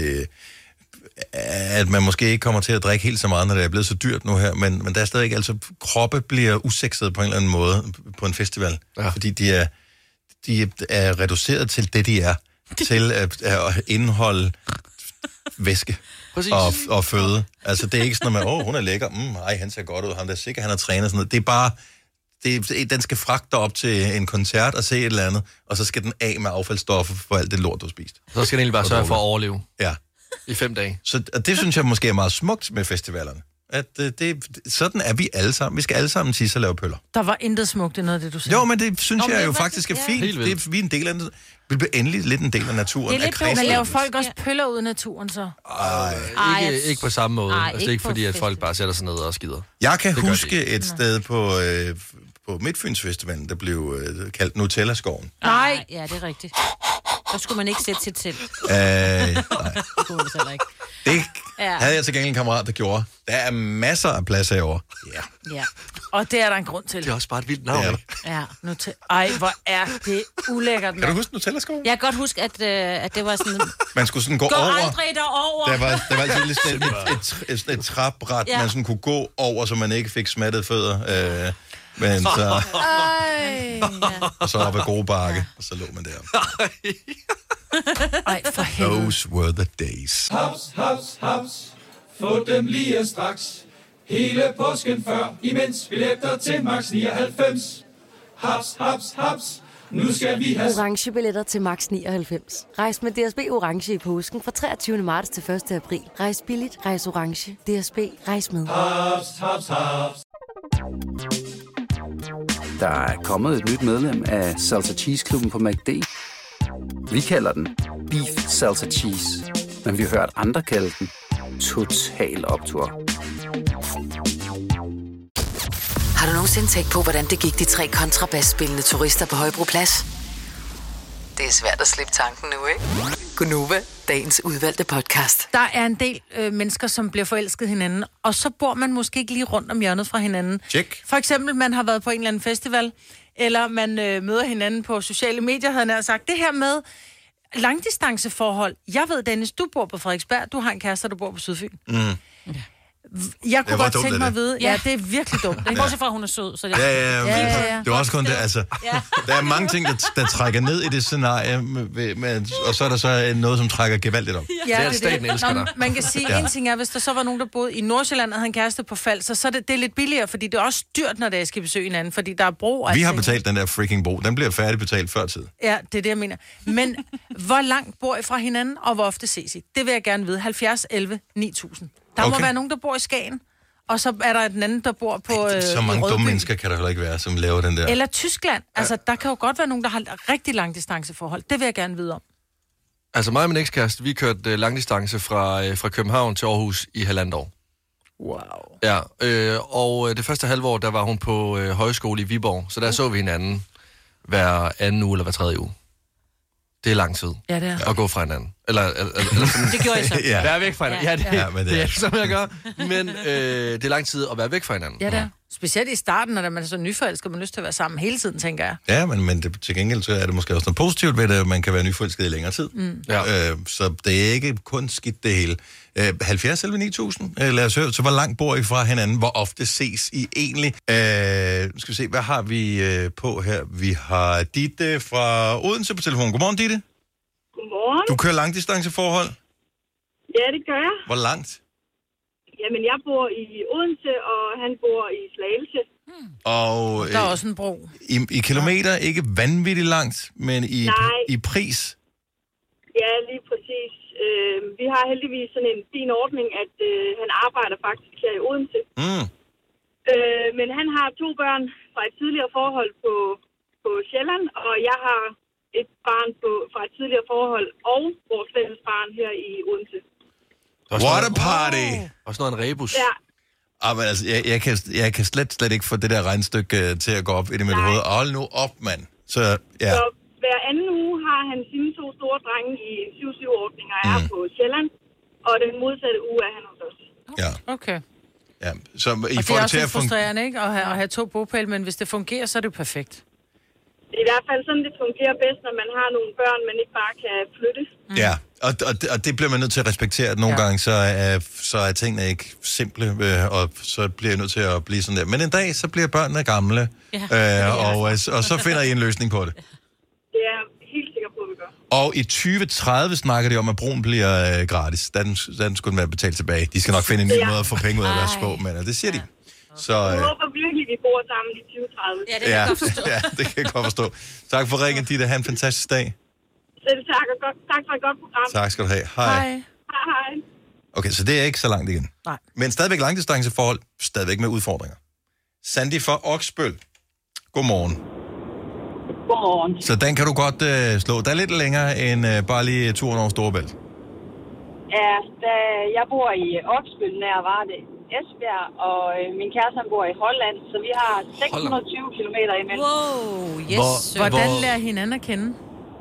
at man måske ikke kommer til at drikke helt så meget, når det er blevet så dyrt nu her, men der er stadig ikke, altså kroppe bliver usekset på en eller anden måde på en festival, fordi de de er reduceret til det, de er. Til at indeholde væske og føde. Altså, det er ikke sådan, at hun er lækker. Ej, han ser godt ud. Han er sikker, han har trænet sådan noget. Det er bare... den skal fragte dig op til en koncert og se et eller andet, og så skal den af med affaldsstoffer for alt det lort, du har spist. Så skal den egentlig bare sørge for at overleve. Ja. I 5 dage. Og det synes jeg måske er meget smukt med festivalerne. At sådan er vi alle sammen. Vi skal alle sammen tisse og lave pøller. Der var intet smukt i noget af det, du sagde. Jo, men det synes jeg jo faktisk er fint. Vi er en del af det. Vi bliver endelig lidt en del af naturen. Det er lidt man laver folk også pøller ud af naturen, så? Ikke på samme måde. Altså, det er ikke fordi, at folk bare sætter sig ned og skider. Jeg kan huske et sted på Midtfyns Festivalen, der blev kaldt Nutella-skoven. Nej. Ja, det er rigtigt. Der skulle man ikke sætte sit telt. Nej. Det havde jeg til gengæld en kammerat, der gjorde. Der er masser af plads herovre. Ja. Og det er der en grund til. Det er også bare et vildt navn. Ja, Ej, hvor er det ulækkert. Kan du huske Nutella-skoven? Jeg kan godt huske, at det var sådan... Man skulle sådan gå over. Aldrig derover. Der var altid et trapbræt, man sådan kunne gå over, så man ikke fik smattet fødder. Men så... Og så op ad gode bakke, og så lå man der. Ej, for helvede. Those were the days. Haps, haps, haps. Få dem lige straks. Hele påsken før, imens billetter til max 99. Haps, haps, haps. Nu skal vi have... Orange billetter til max 99. Rejs med DSB Orange i påsken fra 23. marts til 1. april. Rejs billigt, rejs orange. DSB, rejs med. Haps, haps, haps. Der er kommet et nyt medlem af Salsa Cheese Klubben på McD. Vi kalder den Beef Salsa Cheese, men vi har hørt andre kalde den Total Optur. Har du nogensinde tænkt på, hvordan det gik de 3 kontrabasspillende turister på Højbroplads? Det er svært at slippe tanken nu, ikke? Gunova, dagens udvalgte podcast. Der er en del mennesker, som bliver forelsket hinanden, og så bor man måske ikke lige rundt om hjørnet fra hinanden. Check. For eksempel, man har været på en eller anden festival, eller man møder hinanden på sociale medier, havde jeg sagt. Det her med langdistanceforhold. Jeg ved, Dennis, du bor på Frederiksberg, du har en kæreste, der bor på Sydfyn. Jeg kunne godt tænke mig at vide, ja, det er virkelig dumt. Ikke? Bortset fra, hun er sød. Så ja. Det er også kun det, altså. Ja. Der er mange ting, der trækker ned i det scenarie, og så er der så noget, som trækker gevaldigt op. Ja, det er staten elsker dig. Man kan sige, en ting er, hvis der så var nogen, der boede i Nordsjælland og havde en kæreste på Falster, så er det er lidt billigere, fordi det er også dyrt, når der skal besøge hinanden, fordi der er bro. Vi har betalt den der freaking bro. Den bliver færdigbetalt før tid. Ja, det er det, jeg mener. Men hvor langt bor I fra hinanden, og hvor ofte ses I? Det vil jeg gerne vide. 70, 11, 9000. Der må være nogen, der bor i Skagen, og så er der den anden, der bor på så mange dumme mennesker kan der heller ikke være, som laver den der. Eller Tyskland. Altså, der kan jo godt være nogen, der har rigtig lang distanceforhold. Det vil jeg gerne vide om. Altså mig og min ekskæreste, vi kørte langdistance fra København til Aarhus i 1,5 år. Wow. Ja, og det første halvår, der var hun på højskole i Viborg, så der så vi hinanden hver anden uge eller hver tredje uge. Det er lang tid. Ja, det er. At gå fra hinanden. Eller det gjorde jeg så. Ja. Være væk fra hinanden. Ja, det er som jeg gør. Men det er lang tid at være væk fra hinanden. Ja, det er. Specielt i starten, når man er så nyforelsket, man har lyst til at være sammen hele tiden, tænker jeg. Ja, men til gengæld så er det måske også noget positivt ved det, at man kan være nyforelsket i længere tid. Så det er ikke kun skidt det hele. 70 eller 9000, lad os høre. Så hvor langt bor I fra hinanden? Hvor ofte ses I egentlig? Skal vi se, hvad har vi på her? Vi har Ditte fra Odense på telefonen. Godmorgen, Ditte. Godmorgen. Du kører langdistanceforhold? Ja, det gør jeg. Hvor langt? Jamen, jeg bor i Odense, og han bor i Slagelse. Og der er også en bro. I kilometer, ikke vanvittigt langt, men i pris? Ja, lige præcis. Vi har heldigvis sådan en fin ordning, at han arbejder faktisk her i Odense. Men han har 2 børn fra et tidligere forhold på Sjælland, og jeg har et barn fra et tidligere forhold og vores fælles barn her i Odense. What a party! Også noget en rebus. Ja. Men altså, jeg kan slet ikke få det der regnestykke til at gå op ind i mit hoved. Hold nu op, mand. Så hver anden uge har han sine 2 store drenge i 7-7-ordninger er på Sjælland, og den modsatte uge er han hos os. Ja. Okay. Ja, så I og får det er til også frustrerende, ikke? At have 2 bopæl, men hvis det fungerer, så er det jo perfekt. Det er i hvert fald sådan, det fungerer bedst, når man har nogle børn, man ikke bare kan flytte. Ja, og det bliver man nødt til at respektere, at nogle gange så er tingene ikke simple, og så bliver jeg nødt til at blive sådan der. Men en dag, så bliver børnene gamle, og så finder I en løsning på det. Det Og i 2030 snakker de om, at broen bliver gratis. Den skulle den være betalt tilbage. De skal nok finde en ny måde at få penge ud af deres små, men det siger de. Så, jeg håber virkelig, vi bor sammen i 2030. Ja, det kan jeg godt forstå. Ja, det kan jeg godt forstå. Tak for ringen, Ditte. Ha' en fantastisk dag. Selv tak, og tak for et godt program. Tak skal du have. Hej. Hej. Okay, så det er ikke så langt igen. Nej. Men stadigvæk langdistanceforhold, stadigvæk med udfordringer. Sandy fra Oksbøl. Godmorgen. Godmorgen. Så den kan du godt slå. Der er lidt længere end bare lige turen over Storebælt. Ja, jeg bor i Oksbøl, nær Varde, Esbjerg, og min kæreste bor i Holland, så vi har 620 kilometer imellem. Wow, yes. Hvordan lærer hinanden at kende?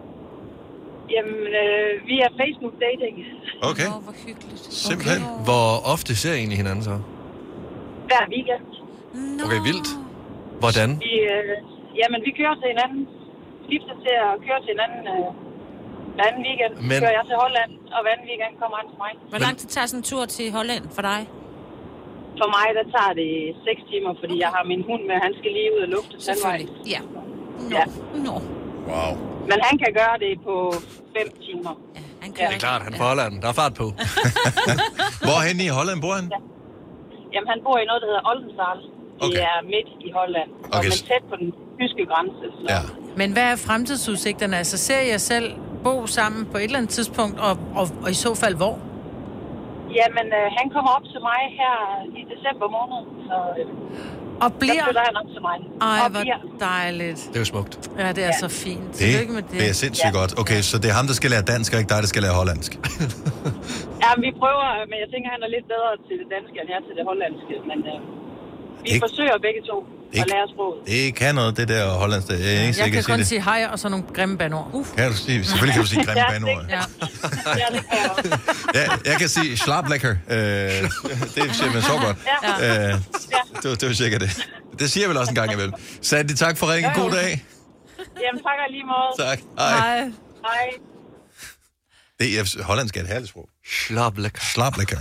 Jamen, via Facebook dating. Okay. Hvor hyggeligt. Simpelthen. Hvor ofte ser I egentlig hinanden så? Hver weekend. Okay, vildt. Hvordan? Jamen, vi kører til hinanden. Skifter til at køre til hinanden hver anden weekend. Men... kører jeg til Holland, og hver anden weekend kommer han til mig. Hvor lang tid tager sådan en tur til Holland for dig? For mig, der tager det 6 timer, fordi jeg har min hund med, han skal lige ud og lufte Selvfølgelig, ja. Nå. Wow. Men han kan gøre det på 5 timer. Ja, han Det er klart, han får Holland. Der er fart på. Hvorhen i Holland bor han? Ja. Jamen, han bor i noget, der hedder Oldenzaal. Det er midt i Holland. Okay. Men tæt på den tyske grænse. Så. Ja. Men hvad er fremtidsudsigterne? Altså, ser jeg selv bo sammen på et eller andet tidspunkt, og i så fald hvor? Jamen, han kommer op til mig her i december måned, så og bliver... der flytter han op til mig. Ej, og hvor dejligt. Det er jo smukt. Ja, det er så fint. Det med er sindssygt godt. Okay, så det er ham, der skal lære dansk, og ikke dig, der skal lære hollandsk. Ja, vi prøver, men jeg tænker, han er lidt bedre til det danske, end jeg er til det hollandske. Men vi forsøger begge to at lære sproget. Det kan noget, det der hollandsk. Jeg kan kun sige hej, og så nogle grimme bandord. Kan du sige? Selvfølgelig kan du sige grimme bandord. Ja. Ja, det kan jeg også. Ja, jeg kan sige schlaplecker. Det siger man så godt. Det var cirka det. Det siger jeg vel også en gang imellem. Sandy, tak for ringen. God dag. Jamen, tak og lige måde. Tak. Hej. Hej. Det er hollandsk er et herligt sprog. Schlaplecker. Schlaplecker.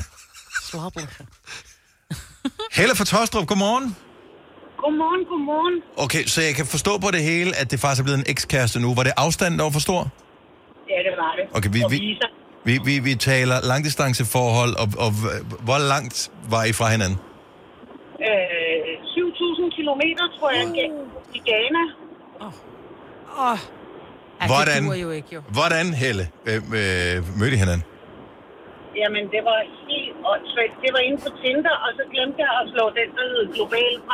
Helle fra Tostrup, godmorgen. Godmorgen. Okay, så jeg kan forstå på det hele, at det faktisk er blevet en ekskæreste nu. Var det afstanden, der var for stor? Ja, det var det. Okay, vi taler langdistanceforhold, og hvor langt var I fra hinanden? 7.000 kilometer, tror jeg, i Ghana. Hvordan, det duer jo ikke, jo. Hvordan, Helle, mødte I hinanden? Jamen, det var helt åndssvagt. Det var inde på Tinder, og så glemte jeg at slå den, der hed global fra.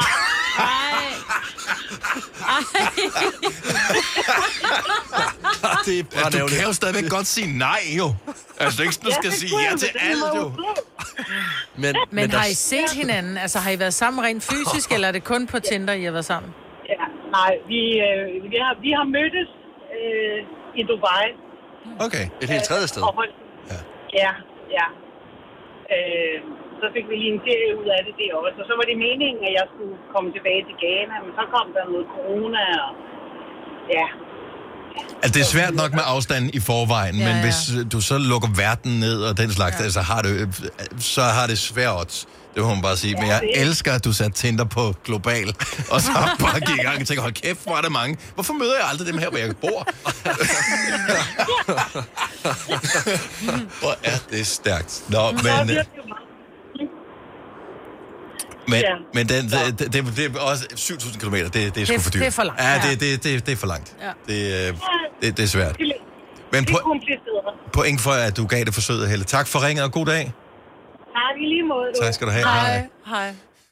Du kan jo stadigvæk godt sige nej, jo. Altså, ikke du skal sige ja til alt, jo. Men har I set hinanden? Altså, har I været sammen rent fysisk, eller er det kun på Tinder, I har været sammen? Ja, nej, vi har mødtes i Dubai. Okay. Et helt tredje sted. Ja. Så fik vi lige en ferie ud af det også. Og så var det meningen, at jeg skulle komme tilbage til Ghana, men så kom der noget corona, og ja. Altså, det er svært nok med afstanden i forvejen, men hvis du så lukker verden ned og den slags, altså, så har det svært odds. Det må man bare sige. Men jeg elsker, at du satte Tinder på global, og så bare gik i gang og tænkte, hold kæft, hvor er det mange. Hvorfor møder jeg aldrig dem her, hvor jeg bor? Hvor er det stærkt. Nå, men det er også 7.000 kilometer, det er sgu for dyrt. Det er for langt. Ja, det er for langt. Ja. Det er svært. Men point for, at du gav det forsøget, Helle. Tak for ringen, og god dag. Tak i lige måde. Tak skal du have. Hej.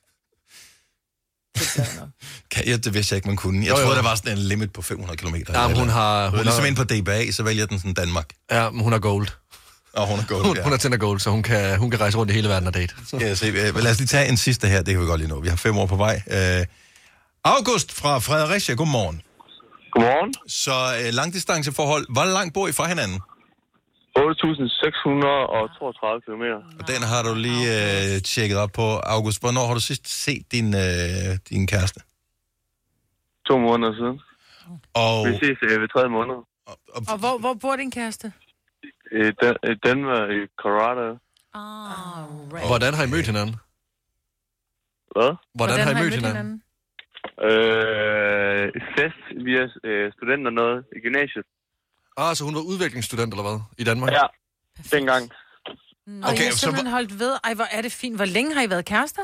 Det vidste jeg ikke, man kunne. Jeg troede, der var sådan en limit på 500 kilometer. Ja, hun har... Hun er ligesom inde på DBA, så vælger den sådan Danmark. Ja, men hun er gold. Og hun er gold, Hun er Tinder gold, så hun kan rejse rundt i hele verden og date. Lad os lige tage en sidste her, det kan vi godt lige nå. Vi har 5 år på vej. August fra Fredericia, godmorgen. Godmorgen. Så langdistanceforhold, hvor langt bor I fra hinanden? 8.632 kilometer. Og den har du lige tjekket op på. August, hvornår har du sidst set din kæreste? 2 måneder siden. Og... Vi ses ved 3. måned. Og hvor bor din kæreste? I Danmark, i Colorado. Right. Hvordan har I mødt hinanden? Hvad? Hvordan har I mødt hinanden? Fest via studenter noget i gymnasiet. Så hun var udviklingsstudent, eller hvad? I Danmark? Ja, dengang. Og okay, I har simpelthen holdt ved. Ej, hvor er det fint. Hvor længe har I været kærester?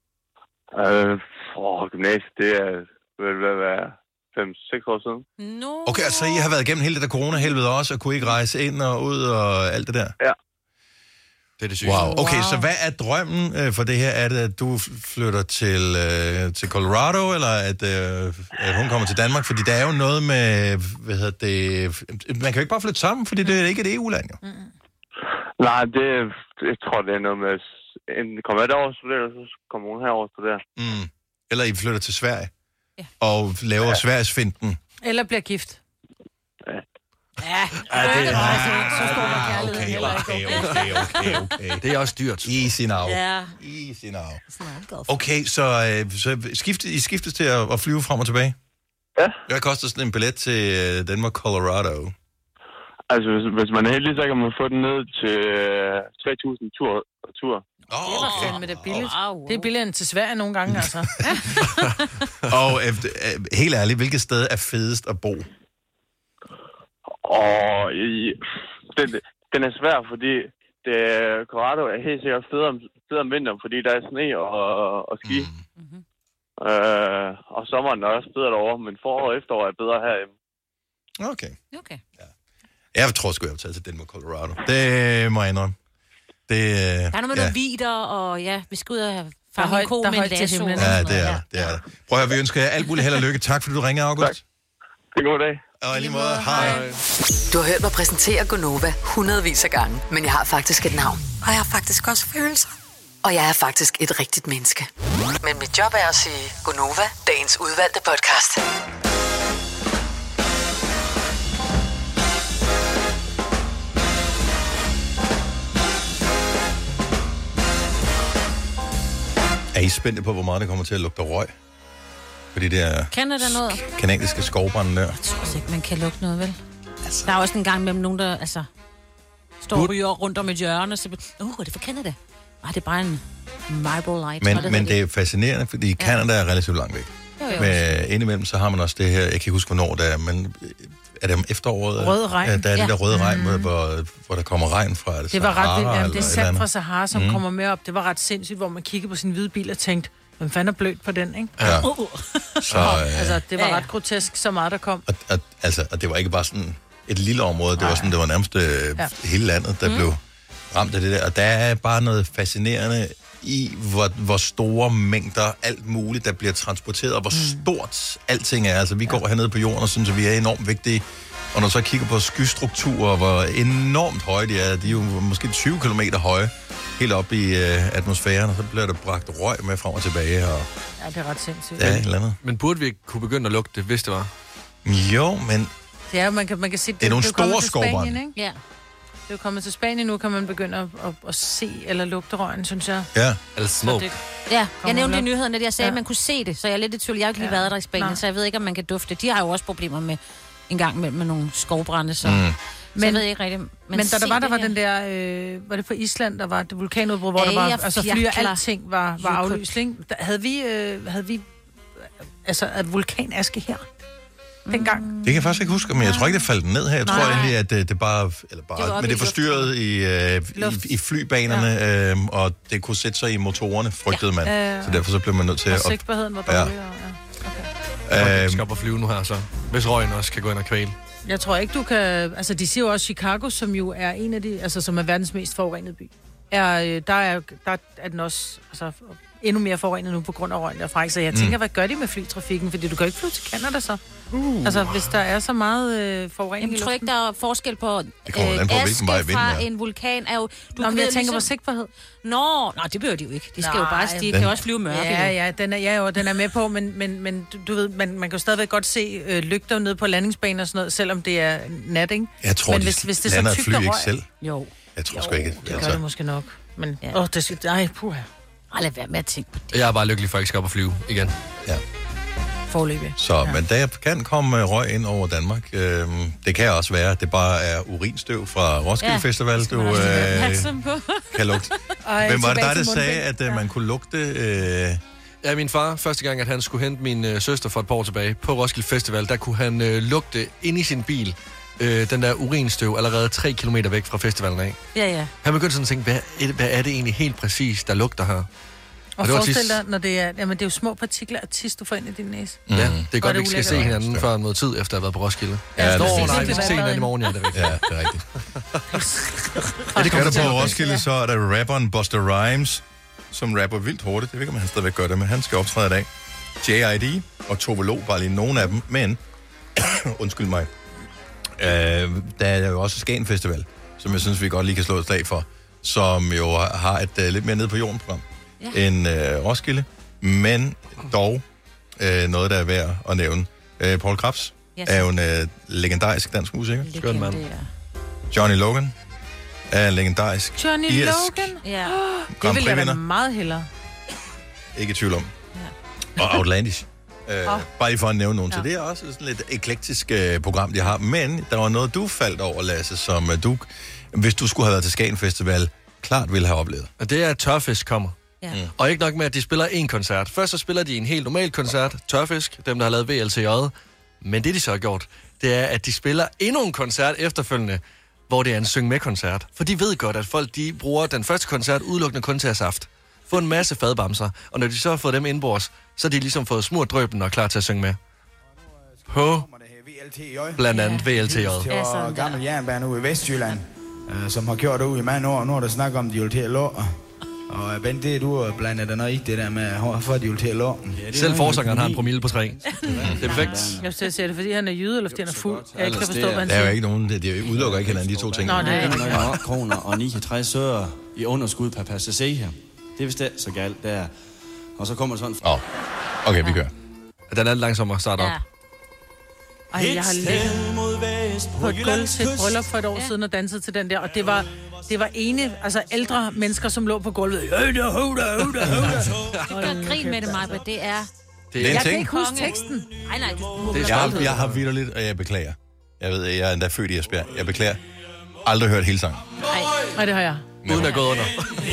Gymnasiet, det er vel hvad være 5-6 år siden. No. Okay, altså I har været igennem hele det der corona-helvede også, og kunne ikke rejse ind og ud og alt det der? Ja. Det er det sygt. Wow. Okay, så hvad er drømmen for det her? Er det, at du flytter til Colorado, eller at hun kommer til Danmark? Fordi der er jo noget med, man kan jo ikke bare flytte sammen, fordi det er ikke et EU-land, jo. Nej, jeg tror, det er noget med, enten kommer jeg derover og studerer, så kommer hun herover og studerer. Eller I flytter til Sverige, og laver Sveriges finten. Eller bliver gift. Ja. Okay. Det er også dyrt. Easy now. Okay, så I skiftes til at flyve frem og tilbage? Ja. Hvad koster sådan en billet til Danmark, Colorado? Altså, hvis man er heldig, så kan man få den ned til 3.000 tur. Det var fandme det billigt. Det er billigere end til Sverige nogle gange, altså. Og helt ærligt, hvilket sted er fedest at bo? Den er svær, fordi Colorado er helt sikkert federe om vinteren, fordi der er sne og ski. Og sommeren er også bedre derovre, men forår og efterår er bedre herhjemme. Okay. Ja. Jeg tror sgu, jeg vil tage til Denver, Colorado. Det må jeg indrømme. Der er noget med nogle vider, og vi skal ud og fange en ko med en lasso. Ja, det er det. Prøv at vi ønsker jer alt muligt held og lykke. Tak, fordi du ringede, August. Tak. Det er god dag. Og i lige måde, hej. Du har hørt mig præsentere Gonova hundredvis af gange, men jeg har faktisk et navn. Og jeg har faktisk også følelser. Og jeg er faktisk et rigtigt menneske. Men mit job er at sige Gonova, dagens udvalgte podcast. Er I spændte på, hvor meget det kommer til at lugte røg? Fordi det er kanadiske skovbrænde der. Jeg tror ikke, man kan lugte noget, vel? Altså. Der er også en gang mellem nogen, der står og ryger rundt om et hjørne, så er det fra Canada? Nej, det er bare en Marble Light. Men det er fascinerende, fordi Canada er relativt langt væk. Men indimellem, så har man også det her, jeg kan ikke huske, hvornår det er, men er det om efteråret? Rød regn. Der er det der røde regn, hvor der kommer regn fra. Det var ret vildt. Det er sand fra Sahara, som kommer med op. Det var ret sindssygt, hvor man kiggede på sin hvide bil og tænkte, hvem fanden er blødt på den, ikke? Ja. Så, altså, det var ret grotesk, så meget der kom. Og det var ikke bare sådan et lille område, det var sådan, det var nærmest hele landet, der blev ramt af det der. Og der er bare noget fascinerende i, hvor store mængder alt muligt, der bliver transporteret, og hvor stort alting er. Altså, vi går hernede på jorden og synes, at vi er enormt vigtige. Og når du så kigger på skystrukturer, hvor enormt høje de er, de er jo måske 20 kilometer høje, helt op i atmosfæren, og så bliver der bragt røg med frem og tilbage. Og ja, det er ret sindssygt. Ja, et eller andet. Men burde vi ikke kunne begynde at lugte det, hvis det var? Jo, men det er, man kan se, det er nogle store skovbrænde. Ja. Det er jo kommet til Spanien nu, kan man begynde at se eller lugte røgen, synes jeg. Ja. Eller smoke. Ja, jeg nævnte i nyhederne, at jeg sagde, at man kunne se det, så jeg er lidt i tvivl. Jeg har ikke lige været der i Spanien, så jeg ved ikke, om man kan dufte. De har jo også problemer med en gang med nogle skovbrænde, så jeg ved ikke rigtigt. Men der var den der, var det på Island, der var det vulkanudbrud, hvor der var, altså fly og alting var aflyst, ikke? Havde vi altså vulkanaske her dengang? Det kan jeg faktisk ikke huske, men jeg tror ikke, det faldt ned her. Jeg tror egentlig, at det bare men det forstyrrede i flybanerne, og det kunne sætte sig i motorerne, frygtede man. Så derfor så blev man nødt til at... Og sikkerheden var dårlig. Vi skal op og flyve nu her, så hvis røgen også kan gå ind og kvæle. Jeg tror ikke, du kan... Altså, de siger jo også, Chicago, som jo er en af de... Altså, som er verdens mest forurenede by. Der er den også... Altså, endnu mere forurenet nu på grund af røgen derfra. Så jeg tænker, hvad gør de med flytrafikken? Fordi du kan jo ikke flyve til Canada så. Altså, hvis der er så meget forurening i luften. Jeg tror ikke, der er forskel på aske fra en vulkan. Er jo, jeg tænker ligesom på sigtbarhed. Nå, det behøver de jo ikke. De skal jo bare... De kan også flyve mørke. Ja, den er med på, men du ved, man kan jo stadigvæk godt se lygter nede på landingsbanen og sådan noget, selvom det er nat, ikke? Jeg tror, hvis det lander et fly ikke selv. Jo. Jeg tror sgu ikke. Det gør det måske nok. Men, det skal... Ej, puha. Lad være med at tænke på det. Jeg er bare lykkelig for, at jeg skal op og flyve igen. Ja. Forløbig. Så, men der kan komme røg ind over Danmark. Det kan også være, at det bare er urinstøv fra Roskilde Festival, du kan lugte. Hvem var det der sagde, at man kunne lugte... Ja, min far, første gang, at han skulle hente min søster for et par år tilbage på Roskilde Festival, der kunne han lugte ind i sin bil den der urinstøv allerede 3 kilometer væk fra festivalen af. Ja. Han begyndte sådan at tænke, hvad er det egentlig helt præcis, der lugter her? Og forestil dig, når det er... Jamen, det er jo små partikler af tis, du får ind i din næse. Ja, det er godt, vi ikke skal se hinanden før noget tid, efter at have været på Roskilde. Ja, nej, vi skal se hinanden i morgen, ja, det er rigtigt. Ja, det er rigtigt. Det gør der på Roskilde, så er der rapperen Busta Rhymes, som rapper vildt hurtigt. Jeg ved ikke, om han stadigvæk gør det, men han skal optræde i dag. J.I.D. og Tove Lo, bare lige nogle af dem, men... undskyld mig. Der er jo også Skagen Festival, som jeg synes, vi godt lige kan slå et slag for, som jo har et lidt mere nede på jorden program end Roskilde, men dog noget, der er værd at nævne. Paul Krebs er jo en legendarisk dansk musiker. Skøn mand. Johnny Logan er en legendarisk Johnny irsk Logan? Ja. Grand Det vil jeg da Prix-vinder. meget hellere. Ikke i tvivl om. Ja. Og Outlandish. Bare lige for at nævne nogen til. Det er også sådan lidt eklektisk program, de har. Men der var noget, du faldt over, Lasse, som du, hvis du skulle have været til Skagen Festival, klart ville have oplevet. Og det er, at Tørfisk kommer. Ja. Og ikke nok med, at de spiller en koncert. Først så spiller de en helt normal koncert, Tørfisk, dem der har lavet VLTJ. Men det de så har gjort, det er, at de spiller endnu en koncert efterfølgende, hvor det er en syng-med-koncert. For de ved godt, at folk de bruger den første koncert udelukkende kun til at saft. Få en masse fadbamser, og når de så har fået dem indbords, så har de ligesom fået smurt drøben og klar til at synge med. På blandt andet VLTJ. Det var gammel jernbane ude i Vestjylland, som har kørt ud i mange år. Nu er der snak om, de vil til at lå. Og Bent, det du blandet dig noget i det der med, hvorfor de vil til at lå. Selv forsangeren har en promille på 3. Det er perfekt. Jeg vil sige det, fordi han er jyde, eller fordi han er fuld. Jeg ikke kan forstå, hvad han siger. Der er siger. jo ikke nogen, de udelukker ikke hinanden, de to ting. Nå, det er ikke. Kroner og 69 øre i underskud per passager her. Det er vist det så galt, der. Og så kommer sådan... Okay, vi kører. Den er langsommere at starte op. Ej, jeg har ligget på et gulv til et bryllup for et år siden og danset til den der, og det var altså ældre mennesker, som lå på gulvet. Du gør grin med det, Maja, det er... Jeg kan ikke huske teksten. Nej. Jeg har vitterligt, og jeg beklager. Jeg ved, jeg er endda født i Esbjerg. Jeg beklager. Aldrig hørt hele sangen. Nej, det har jeg. Uden at gå under.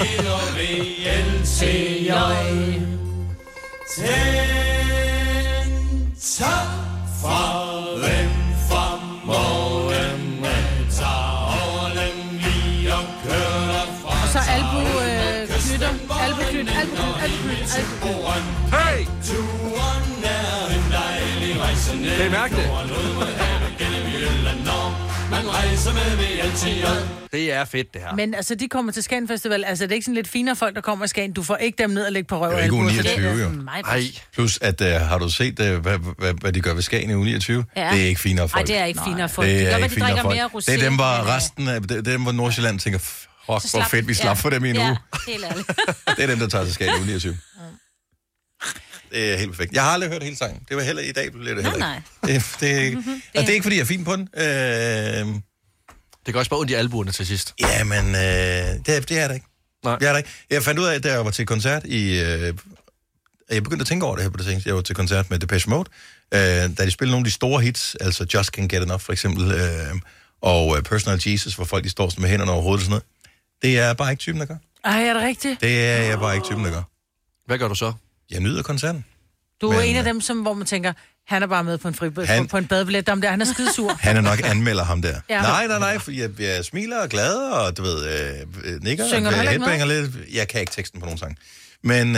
Og så albuknytter. Hey! Det er mærkeligt. Det er fedt, det her. Men altså, de kommer til Skagen Festival. Altså, det er ikke sådan lidt finere folk, der kommer i Skagen. Du får ikke dem ned og lægge på røv. Det er ikke uge 29, jo. Nej. Plus, at har du set, hvad de gør ved Skagen i uge 29? Ja. Det er ikke finere folk. Nej, det er ikke finere folk. Det er de ikke finere drikker folk. mere rosé. Det er dem, hvor resten af dem, hvor Nordsjælland tænker, hvor fedt, vi slap for dem i en uge. Ja, helt ærligt. Det er dem, der tager til Skagen i uge 29. Det er helt perfekt. Jeg har aldrig hørt hele sangen. Det var heller i dag, blev det heller ikke. Det er ikke, fordi jeg er fin på den. Det går også bare ondt i albuerne til sidst. Ja, men det er det ikke. Nej. Det er det ikke. Jeg fandt ud af, da jeg var til koncert i... jeg begyndte at tænke over det her på det seneste. Jeg var til koncert med Depeche Mode, da de spillede nogle af de store hits, altså Just Can't Get Enough for eksempel, og Personal Jesus, hvor folk de står med hænderne over hovedet og sådan noget. Det er bare ikke typen, der gør. Ej, er det rigtigt? Det er jeg bare ikke typen, der gør. Hvad gør du så? Jeg nyder koncerten. Du er en af dem, hvor man tænker, han er bare med på en badebillet. Han er skidesur. Han er nok anmelder ham der. Ja. Nej, for jeg smiler og glad, og du ved, nikker, headbanger lidt. Jeg kan ikke teksten på nogen sang. Men,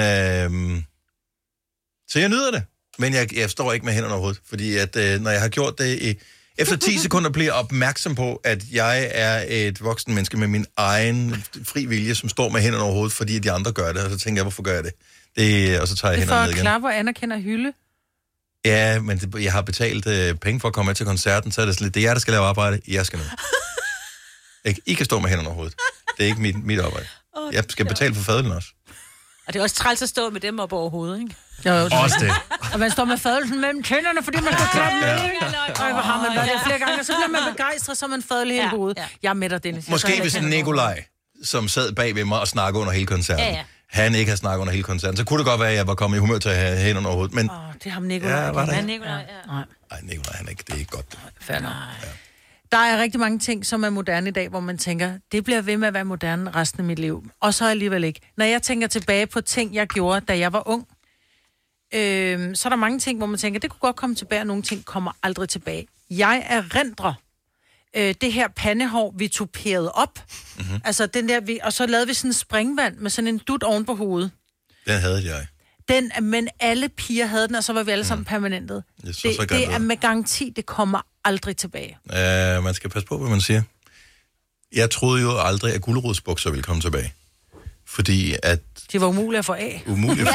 så jeg nyder det. Men jeg står ikke med hænderne overhovedet, fordi at, når jeg har gjort det efter 10 sekunder bliver jeg opmærksom på, at jeg er et voksen menneske med min egen fri vilje, som står med hænderne overhovedet, fordi de andre gør det. Og så tænker jeg, hvorfor gør jeg det? Og så tager jeg hænderne ned igen. Det er for at klappe og anerkende hylde. Ja, men jeg har betalt penge for at komme med til koncerten, så er det sådan lidt, det er jer, der skal lave arbejde, jeg skal ned. I kan stå med hænderne overhovedet. Det er ikke mit arbejde. Jeg skal betale for fadelen også. Og det er også træls at stå med dem op over hovedet, ikke? Jo, også det. Og man står med fadelsen mellem tænderne, fordi man skal klappe med. Og hvor har man været det flere gange, og så bliver man begejstret, så man fadel hele hovedet. Jeg er med dig, Dennis. Måske hvis Nikolaj, som sad bag ved mig og snakkede under hele koncerten, han ikke har snakket under hele koncerten, så kunne det godt være, at jeg var kommet i humør til at have hænderne over hovedet. Men... det er ham Nikolaj. Ja, var det? Ja, Nikolaj, Nej, Nikolaj, det er ikke godt. Fair nok. Der er rigtig mange ting, som er moderne i dag, hvor man tænker, det bliver ved med at være moderne resten af mit liv. Og så alligevel ikke. Når jeg tænker tilbage på ting, jeg gjorde, da jeg var ung, så er der mange ting, hvor man tænker, det kunne godt komme tilbage, og nogle ting kommer aldrig tilbage. Jeg erindrer det her pandehår, vi tuperede op. Mm-hmm. Altså den der, og så lavede vi sådan en springvand med sådan en dut oven på hovedet. Den havde jeg. Men alle piger havde den, og så var vi alle sammen permanentet. Det er med garanti, det kommer aldrig tilbage. Man skal passe på, hvad man siger. Jeg troede jo aldrig, at gulerodsbukser ville komme tilbage. Fordi at... De var umulige at få af. Umulige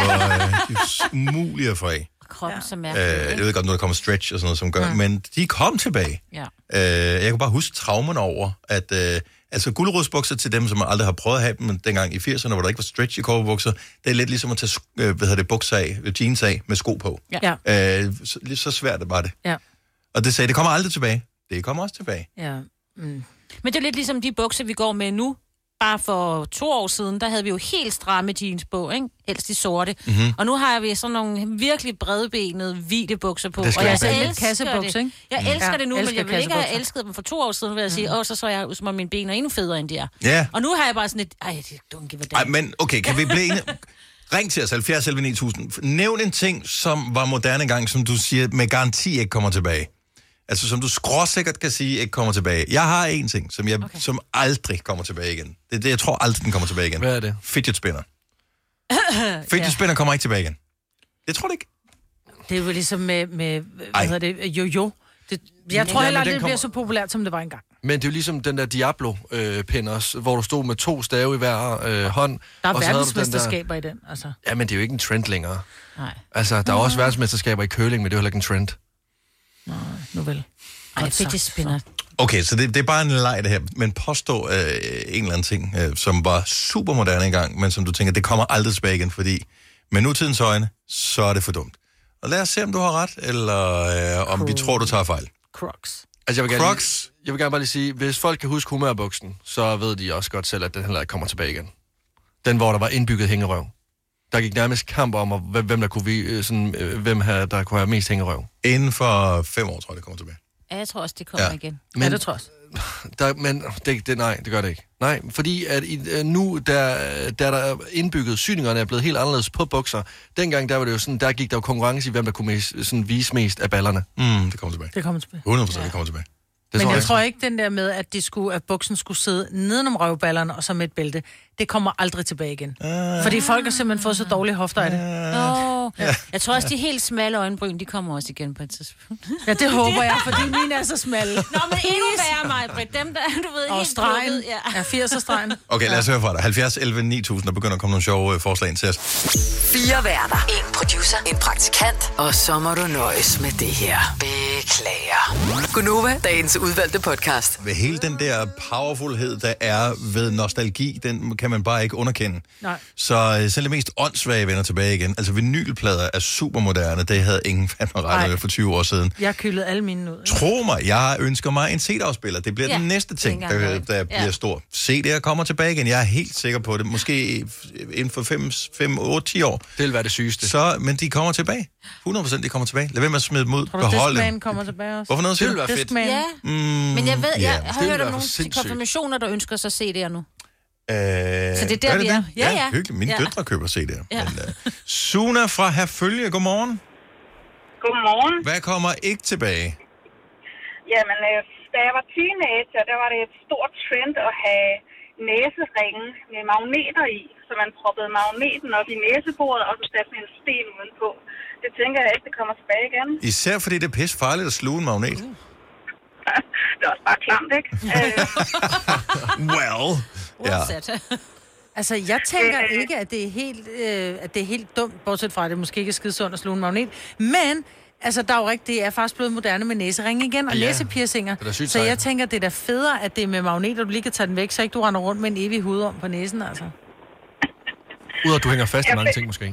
at få af. Kroppen som er. Jeg ved godt, når der kommer stretch og sådan noget, som gør, men de kom tilbage. Ja. Jeg kan bare huske traumerne over, at altså gulerodsbukser til dem, som aldrig har prøvet at have dem dengang i 80'erne, hvor der ikke var stretch i korperbukser, det er lidt ligesom at tage bukser af, jeans af med sko på. Ja. Så svært var det. Ja. Og det sagde, det kommer aldrig tilbage. Det kommer også tilbage. Ja. Mm. Men det er lidt ligesom de bukser, vi går med nu. Bare for 2 år siden, der havde vi jo helt stramme jeans på, ikke? Helst de sorte. Mm-hmm. Og nu har vi sådan nogle virkelig bredbenede, hvide bukser på. Og jeg elsker det. Ikke? Jeg elsker det nu, men jeg ville ikke have elsket dem for 2 år siden, vil jeg sige. Så jeg ud, som om mine ben er endnu federe, end de er. Ja. Og nu har jeg bare sådan et, det don't give a damn. Ej, men okay, kan vi blive enige? Ring til os, 70 11 9000. Nævn en ting, som var moderne engang, som du siger med garanti ikke kommer tilbage. Altså, som du skråsikkert kan sige, ikke kommer tilbage. Jeg har en ting, som aldrig kommer tilbage igen. Det er det, jeg tror aldrig, den kommer tilbage igen. Hvad er det? Fidget spinner. Fidget spinner kommer ikke tilbage igen. Det tror jeg ikke. Det er jo ligesom med hvad hedder det, jo-jo. Jeg tror heller aldrig, det bliver så populært, som det var engang. Men det er jo ligesom den der Diablo-pind også, hvor du stod med 2 stave i hver hånd. Der er verdensmesterskaber i den, altså. Ja, men det er jo ikke en trend længere. Nej. Altså, der er også verdensmesterskaber i curling, men det er jo heller ikke en trend. Nej, nu vel. Fidget spinner. Okay, så det er bare en leg, det her. Men påstå en eller anden ting, som var super moderne engang, men som du tænker, det kommer aldrig tilbage igen, fordi med nutidens øjne, så er det for dumt. Og lad os se, om du har ret, eller om vi tror, du tager fejl. Crocs. Altså, jeg vil gerne bare lige sige, hvis folk kan huske humørbuksen, så ved de også godt selv, at den heller ikke kommer tilbage igen. Den, hvor der var indbygget hængerøv. Der gik nærmest kamp om, hvem der der kunne have mest hængerøv. Inden for 5 år, tror jeg, det kommer tilbage. Ja, jeg tror også, det kommer igen. Men, det tror jeg også. Nej, det gør det ikke. Nej, fordi at nu, der er indbygget, syningerne er blevet helt anderledes på bukser. Dengang, der var det jo sådan, der gik der jo konkurrence i, hvem der kunne vise mest af ballerne. Det kommer tilbage. Det kommer tilbage. 100% det kommer tilbage. Men jeg tror ikke, den der med, at buksen skulle sidde nedenom røvballerne og så med et bælte, det kommer aldrig tilbage igen. Fordi folk har simpelthen fået så dårlige hofter af det. Jeg tror også, de helt smalle øjenbryn, de kommer også igen på et tidspunkt. Ja, det håber jeg, fordi mine er så smalle. Nå, men endnu værre mig, Britt. Dem der, du ved, helt stregen. Ja, 80'er-stregen. Okay, lad os høre fra dig. 70 11 9000, der begynder at komme nogle sjove forslag ind til os. 4 værter. 1 producer. En praktikant. Og så må du nøjes med det her. Beklager. Gunova, dagens udvalgte podcast. Ved hele den der powerfulhed, der er ved nostalgi, den kan man bare ikke underkende. Nej. Så selv det mest åndssvage vender tilbage igen. Altså vinylplader er super moderne. Det havde ingen fandme regnet med for 20 år siden. Jeg kyldede alle mine ud. Tro mig, jeg ønsker mig en CD-afspiller. Det bliver den næste ting, der bliver stor. CD'er kommer tilbage igen. Jeg er helt sikker på det. Måske inden for 5, 8, 10 år. Det vil være det sygeste. Men de kommer tilbage. 100% de kommer tilbage. Lad være med at smide dem ud. Tror du, Discman kommer tilbage også? Hvorfor noget? Det vil være fedt. Ja. Men jeg ved, jeg har hørt om nogle konfirmationer, der ønsker sig CD'er nu. Så det er der, vi er. Ja, hyggeligt. Mine døtre køber CD'er. Ja. Suna fra Herfølge, godmorgen. Godmorgen. Hvad kommer ikke tilbage? Jamen, da jeg var teenager, der var det et stort trend at have næseringen med magneter i. Så man proppede magneten op i næsebordet, og så satte en sten udenpå. Det tænker jeg ikke, det kommer tilbage igen. Især fordi det er pisse farligt at sluge en magnet. Det er også bare klamt, ikke? Well. Ja. Altså, jeg tænker ikke, at det er helt dumt, bortset fra, at det måske ikke er skide sundt at sluge en magnet. Men, altså, der er jo rigtigt, det er faktisk blevet moderne med næsering igen, og næsepiercinger. Så jeg tænker, det er da federe, at det er med magneter, du lige kan tage den væk, så ikke du render rundt med en evig hudorm på næsen, altså. Ud af, du hænger fast i mange ting, måske.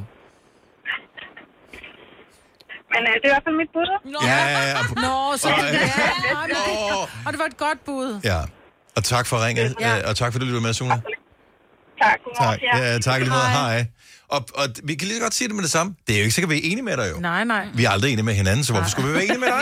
Men det er i hvert fald mit bud. Ja. Nå, så og det var et godt bud. Ja, og tak for ringet, og tak for, at du lyttede med, Suna. Tak, godmorgen. Ja, tak lige meget. Hej. Og vi kan lige godt sige det med det samme. Det er jo ikke sikkert, at vi er enige med dig jo. Nej. Vi er aldrig enige med hinanden, så hvorfor skulle vi være enige med dig?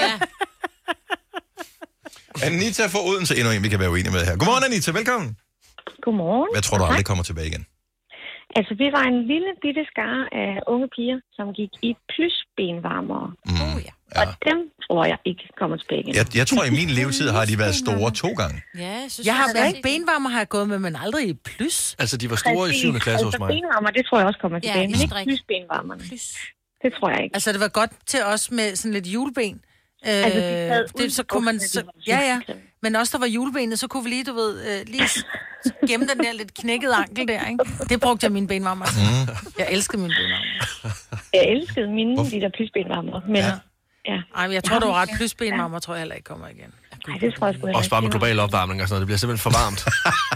Anita fra Odense, endnu en, vi kan være uenige med her. Godmorgen, Anita. Velkommen. Godmorgen. Hvad tror du aldrig kommer tilbage igen? Altså, vi var en lille bitte skare af unge piger, som gik i plysbenvarmere. Ja. Og dem tror jeg ikke kommer tilbage igen. Jeg tror, i min levetid har de været store 2 gange. Ja, jeg har været benvarmer, har jeg gået med, men aldrig i plus. Altså, de var store i 7. klasse hos mig. Benvarmer, det tror jeg også kommer tilbage, men ikke plysbenvarmerne. Det tror jeg ikke. Altså, det var godt til os med sådan lidt juleben. Så kunne man... Ja. Men også der var julebenet, så kunne vi lige, du ved, lige gemme den der lidt knækkede ankel der, ikke? Det brugte jeg mine benvarmer. Jeg elskede mine benvarmer. Jeg elskede de der plysbenvarmer, men... Ja. Ej, men jeg tror, du var ret plysbenvarmer, tror jeg heller ikke kommer igen. Nej, det tror jeg sgu også bare med global opvarmning og sådan noget. Det bliver simpelthen for varmt.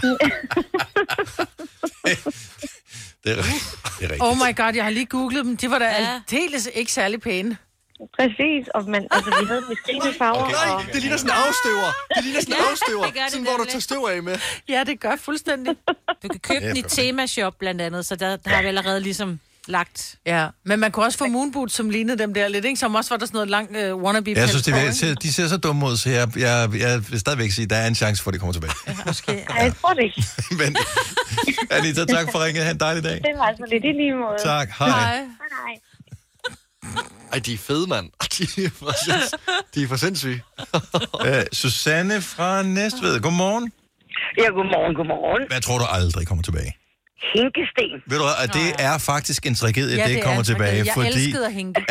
Det er rigtigt. Oh my god, jeg har lige googlet dem. De var da aldeles ikke særlig pæne. Præcis, og vi havde med skrigende farver. Okay. Nej, det ligner sådan en afstøver. Det ligner sådan en afstøver, sådan, hvor du tager støv af med. Ja, det gør fuldstændig. Du kan købe den i Tema-shop blandt andet, så der har vi allerede ligesom lagt. Ja, men man kunne også få moonboots, som lignede dem der lidt, ikke? Som også var der sådan noget langt wannabe. Jeg synes, de ser så dumme ud, så jeg vil stadigvæk sige, at der er en chance for, at de kommer tilbage. Måske. Ja, jeg tror det ikke. Men, Anita, tak for ringet. Ha' en dejlig dag. Det var altså lidt i lige måde. Tak, hej. Hej. Ej, de er fede, mand. De er for sindssyge. Susanne fra Næstved, godmorgen. Ja, godmorgen. Hvad tror du aldrig kommer tilbage? Hinkesten. Ved du hvad, det er faktisk en tragedie, ja, det ikke kommer tilbage. Jeg elskede at hinke.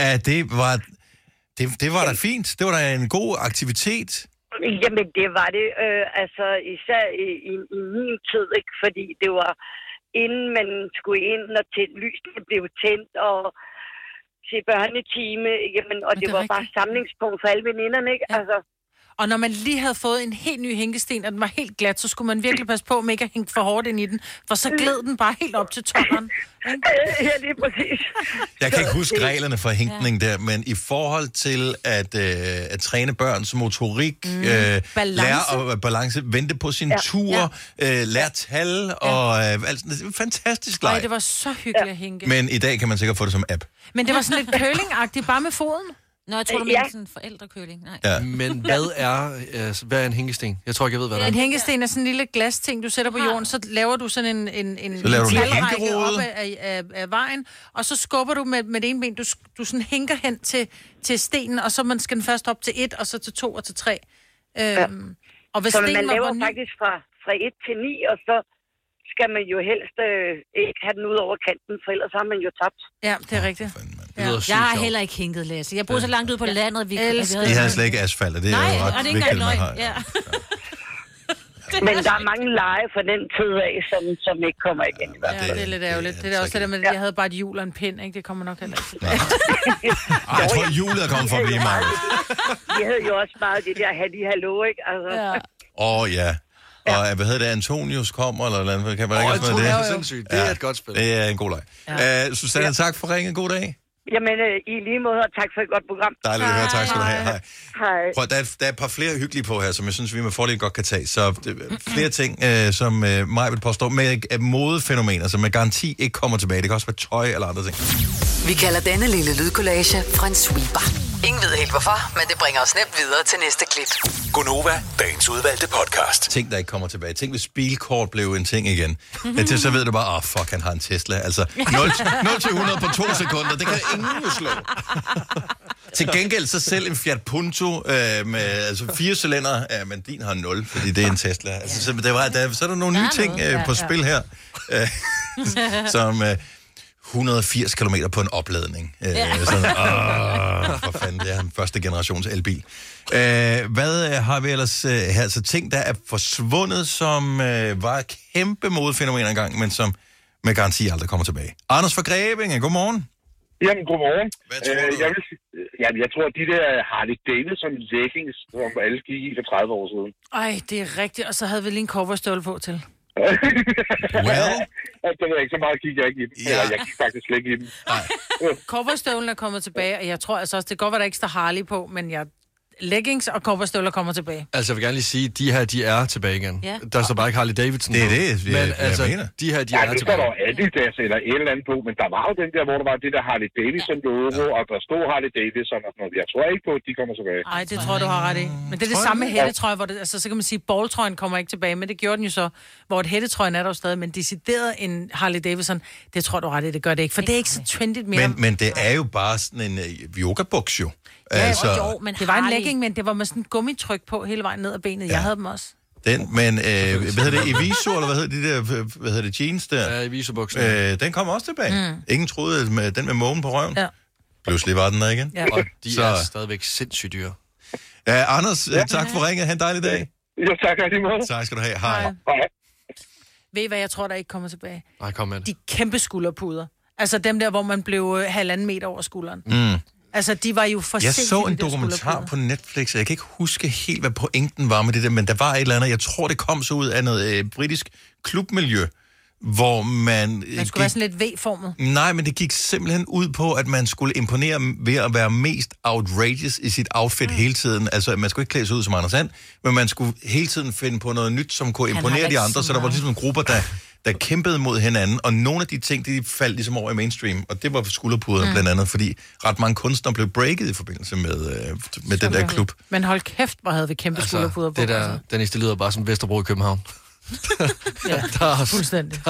Det var da fint. Det var da en god aktivitet. Jamen, det var det. Altså, især i min tid, ikke? Fordi det var, inden man skulle ind, når lysene blev tændt, og til børnetime, jamen, og det var bare samlingspunkt for alle veninderne, ikke? Ja. Altså. Og når man lige havde fået en helt ny hænkesten, og den var helt glat, så skulle man virkelig passe på med ikke at hænge for hårdt ind i den, for så gled den bare helt op til tommeren. Ja, det er præcis. Jeg kan ikke huske reglerne for hænkning der, men i forhold til at træne børns motorik, lære balance, vente på sin tur, lære tal, og alt sådan, det er fantastisk leg. Nej, det var så hyggeligt at hænke. Men i dag kan man sikkert få det som app. Men det var sådan lidt curling-agtigt, bare med foden. Nå, jeg tror, du mener sådan en forældrekøling. Nej. Ja. Men hvad er en hænkesten? Jeg tror ikke, jeg ved, hvad det er. En hænkesten er sådan en lille glasting, du sætter på jorden, så laver du sådan en talrække op af vejen, og så skubber du med det ene ben, du sådan hænker hen til stenen, og så skal den først op til 1, og så til 2 og til 3. Og hvis så man laver faktisk fra 1 til 9, og så skal man jo helst ikke have den ud over kanten, for ellers har man jo tabt. Ja, det er rigtigt. Jeg har heller ikke hænket, Lasse. Jeg bor så langt ude på landet. Vi har slet ikke asfalt, det er jo ret vigtigt, man har. Ja. Men der er mange lege fra den tid af, som ikke kommer igen. Ja, det er lidt ærgerligt. Det er også det der med, at jeg havde bare et hjul og en pind, ikke? Det kommer nok heller ikke tilbage. Jeg tror, hjulet er kommet for at blive meget. Vi havde jo også meget det der hallo, ikke? Ja. Og hvad hedder det, Antonius kommer, eller noget? Kan man ikke også med det? Det er sindssygt. Det er et godt spil. Det er en god leg. Ja. Susanne, tak for ringen. God dag. Jamen, i lige måde, og tak for et godt program. Dejligt at høre. Tak skal du have. Hej. Prøv, der er et par flere hyggelige på her, som jeg synes, vi med fordel godt kan tage. Så flere ting, som mig vil påstå, med modefænomener, som med garanti ikke kommer tilbage. Det kan også være tøj eller andre ting. Vi kalder denne lille lydkollage en sweeper. Ingen ved helt hvorfor, men det bringer os nemt videre til næste klip. Gonova, dagens udvalgte podcast. Ting, der ikke kommer tilbage. Tænk, hvis bilkort blev en ting igen. Til så ved du bare, fuck, han har en Tesla. Altså, 0-100 på 2 sekunder, det kan ingen jo slå. Til gengæld så selv en Fiat Punto med 4 cylinder, men din har 0, fordi det er en Tesla. Altså, så er der nogle nye ting på spil her, som 180 km på en opladning. For fanden, det er en første generations elbil. Hvad har vi ellers her? Så ting, der er forsvundet, som var kæmpe modefænomen engang, men som med garanti aldrig kommer tilbage. Anders fra Grebinge, godmorgen. Jamen, godmorgen. Hvad tror du? Jeg tror, at de der Harley Davidson leggings, som alle gik i for 30 år siden. Ej, det er rigtigt. Og så havde vi lige en coverstøvle på til. Well. Det ved jeg ikke, så meget gik jeg ikke i dem. Ja. Jeg gik faktisk slet ikke i dem. Coverstøvlen er kommet tilbage, og jeg tror altså også, det kan godt være, der ikke står Harley på, men jeg leggings og cowboystøvler kommer tilbage. Altså, jeg vil gerne lige sige, at de her, de er tilbage igen. Ja. Der står bare ikke Harley Davidson. Det er på. det, Men altså, jeg mener. de her, de Ja, er nu står tilbage. der jo Adidas eller et eller andet på, men der var jo den der, hvor der var det der Harley Davidson logo, og der stod Harley Davidson og sådan noget. Jeg tror ikke på, at de kommer tilbage. Nej, det tror jeg, du har ret i. Men det er det samme med hættetrøje, hvor det, altså, så kan man sige, at balltrøjen kommer ikke tilbage, men det gjorde den jo så, hvor et hættetrøjen er der jo stadig, men decideret en Harley Davidson, det tror du ret i, det gør det ikke, for det er ikke så trendigt mere. Men det er jo bare sådan en yogabuks jo. Ja, Altså, jo, men det var en legging, men det var med sådan en gummitryk på hele vejen ned ad benet. Jeg havde dem også. men hvad hedder det, Eviso, eller hvad hedder det, jeans der? Ja, Eviso-buksen. Den kommer også tilbage. Ingen troede, at den med mågen på røven. Ja. Pludselig var den der igen. Ja. Og de er stadigvæk sindssygt dyre. Anders, tak for ringet. Ha' en dejlig dag. Jo, tak lige måde. Tak skal du have. Hej. Ved I hvad, jeg tror, der ikke kommer tilbage? Nej, kom med det. De kæmpe skulderpuder. Altså dem der, hvor man blev 1,5 meter over skulderen. Altså, de var jo for Jeg så en dokumentar på Netflix, og jeg kan ikke huske helt, hvad pointen var med det der, men der var et eller andet, jeg tror, det kom så ud af noget britisk klubmiljø, hvor man skulle være sådan lidt V-formet. Nej, men det gik simpelthen ud på, at man skulle imponere ved at være mest outrageous i sit outfit hele tiden. Altså, man skulle ikke klæde sig ud som Anders And, men man skulle hele tiden finde på noget nyt, som kunne imponere de andre, så der var ligesom grupper, der kæmpede mod hinanden, og nogle af de ting, de faldt ligesom over i mainstream, og det var skulderpuder blandt andet, fordi ret mange kunstnere blev breaket i forbindelse med den der klub. Men hold kæft, hvor havde vi kæmpe skulderpuder på. Det der, Dennis, det lyder bare som Vesterbro i København. Ja, fuldstændig.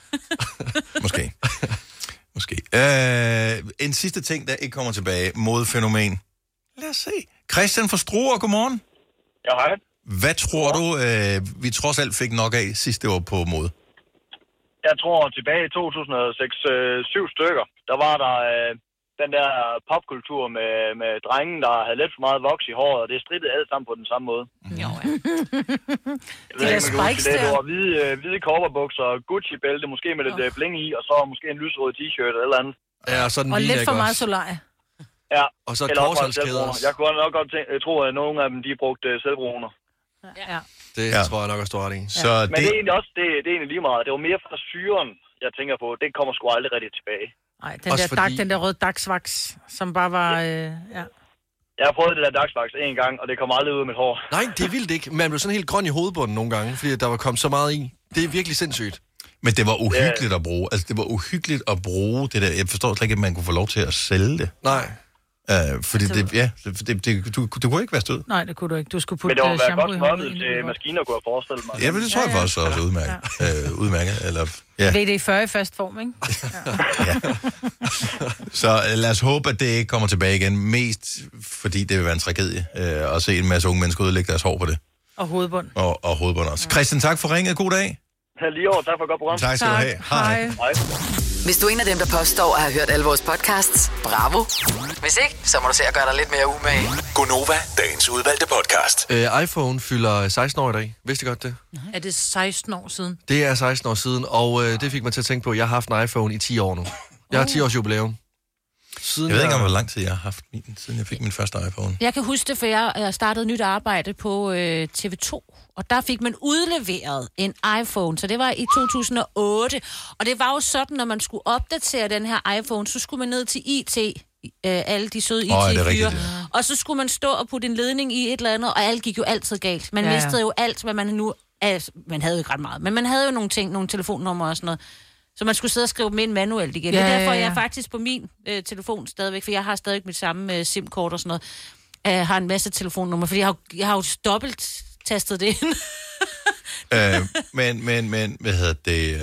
Måske. En sidste ting, der ikke kommer tilbage. Modefænomen. Lad os se. Christian fra Struer, godmorgen. Ja, hej. Hvad tror du, vi trods alt fik nok af sidste år på mode? Jeg tror tilbage i 2006, 7 stykker, der var der den der popkultur med drengen, der havde lidt for meget voks i håret, og det strittede alt sammen på den samme måde. Jo, ja. Det der spikes der. Det var hvide cowboybukser, Gucci-bælte, måske med lidt bling i, og så måske en lysrød t-shirt eller andet. Ja, sådan og lidt for meget solarie. Ja, og så korshalskæder også. Jeg kunne nok godt tro, at nogle af dem, de brugte selvbruner. Ja. Det tror jeg nok er stort i. Så men det er egentlig også, det er egentlig lige meget. Det var mere fra syren, jeg tænker på. Det kommer sgu aldrig rigtig tilbage. Nej, den der røde dagsvaks, som bare var... ja. Jeg har prøvet det der dagsvaks en gang, og det kom aldrig ud af mit hår. Nej, det er vildt ikke. Man blev sådan helt grøn i hovedbunden nogle gange, fordi der var kommet så meget i. Det er virkelig sindssygt. Men det var uhyggeligt at bruge. Altså, det var uhyggeligt at bruge det der. Jeg forstår slet ikke, at man kunne få lov til at sælge det. Nej. Fordi du kunne ikke være stød. Nej, det kunne du ikke. Du skulle putte shampoo i håret. Men det var godt smørtet til maskiner, kunne jeg forestille mig. Ja, men det tror jeg faktisk også udmærket. Eller, ja. VD40 i fast form, ikke? Så lad os håbe, at det ikke kommer tilbage igen. Mest fordi det vil være en tragedie at se en masse unge mennesker udlægge deres hår på det. Og hovedbund. Og hovedbund også. Christian, tak for ringet. God dag. Ja, lige over. Tak for et godt program. Tak skal du have. Hej. Hvis du er en af dem, der påstår at have hørt alle vores podcasts, bravo. Hvis ikke, så må du se at gøre dig lidt mere umage. Gonova, dagens udvalgte podcast. iPhone fylder 16 år i dag. Vidste I godt det? Er det 16 år siden? Det er 16 år siden, og det fik mig til at tænke på, at jeg har haft en iPhone i 10 år nu. Jeg har 10 års jubilæum. Jeg ved ikke, hvor lang tid jeg har haft siden jeg fik min første iPhone. Jeg kan huske det, for jeg startede nyt arbejde på TV2, og der fik man udleveret en iPhone, så det var i 2008. Og det var jo sådan, når man skulle opdatere den her iPhone, så skulle man ned til IT, alle de søde IT-fyre, og så skulle man stå og putte en ledning i et eller andet, og alt gik jo altid galt. Man mistede jo alt, hvad man nu... Altså, man havde jo ikke ret meget, men man havde jo nogle ting, nogle telefonnumre og sådan noget. Så man skulle sidde og skrive dem ind manuelt igen. Det er derfor, jeg faktisk på min telefon stadigvæk, for jeg har stadig mit samme SIM-kort og sådan noget, har en masse telefonnummer, fordi jeg har jo dobbelt tastet det ind. Men hvad hedder det?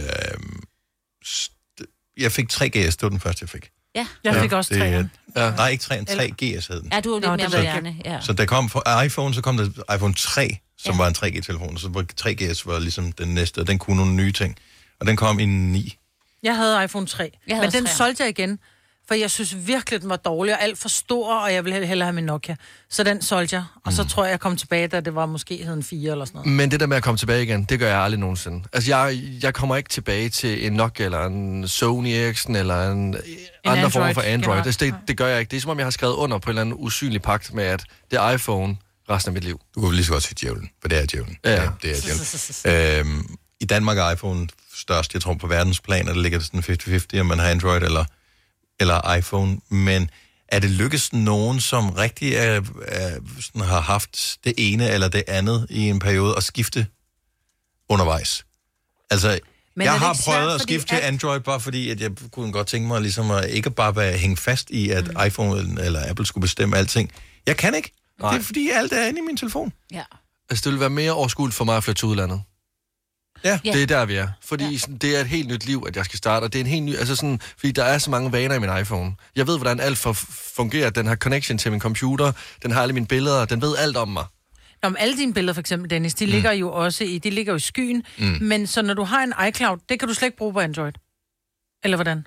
Jeg fik 3GS, det var den første, jeg fik. Ja, jeg fik også 3. Nej, ikke 3, 3GS hed den. Ja, du var lidt mere moderne. Ja. Så der kom fra iPhone, så kom der iPhone 3, som var en 3G-telefon, så 3GS var ligesom den næste, og den kunne nogle nye ting. Og den kom i 9. Jeg havde iPhone 3, men den solgte jeg igen, for jeg synes virkelig, den var dårlig, og alt for stor, og jeg ville hellere have min Nokia. Så den solgte jeg, og så tror jeg kom tilbage, da det var måske hed en 4 eller sådan noget. Men det der med at komme tilbage igen, det gør jeg aldrig nogensinde. Altså, jeg kommer ikke tilbage til en Nokia, eller en Sony Ericsson, eller en andre form for Android. Altså, det gør jeg ikke. Det er som om, jeg har skrevet under på en eller anden usynlig pagt med, at det er iPhone resten af mit liv. Du kunne lige så godt sige djævlen, for det er djævlen. Ja. Det er djævlen. I Danmark er iPhone størst, jeg tror på verdensplan, og der ligger det sådan 50-50, om man har Android eller iPhone. Men Er det lykkes nogen, som rigtig sådan har haft det ene eller det andet i en periode, at skifte undervejs? Altså, jeg har prøvet at skifte til Android, bare fordi, at jeg kunne godt tænke mig ligesom at ikke bare hænge fast i, at iPhone eller Apple skulle bestemme alting. Jeg kan ikke. Nej. Det er fordi, alt er inde i min telefon. Ja. Altså, det vil være mere overskueligt for mig at flytte til udlandet. Ja. Det er der, vi er. Fordi det er et helt nyt liv, at jeg skal starte, og det er en helt ny... Altså sådan, fordi der er så mange vaner i min iPhone. Jeg ved, hvordan alt fungerer. Den har connection til min computer, den har alle mine billeder, den ved alt om mig. Nå, men alle dine billeder, for eksempel, Dennis, de ligger jo også i skyen. Men så når du har en iCloud, det kan du slet ikke bruge på Android. Eller hvordan?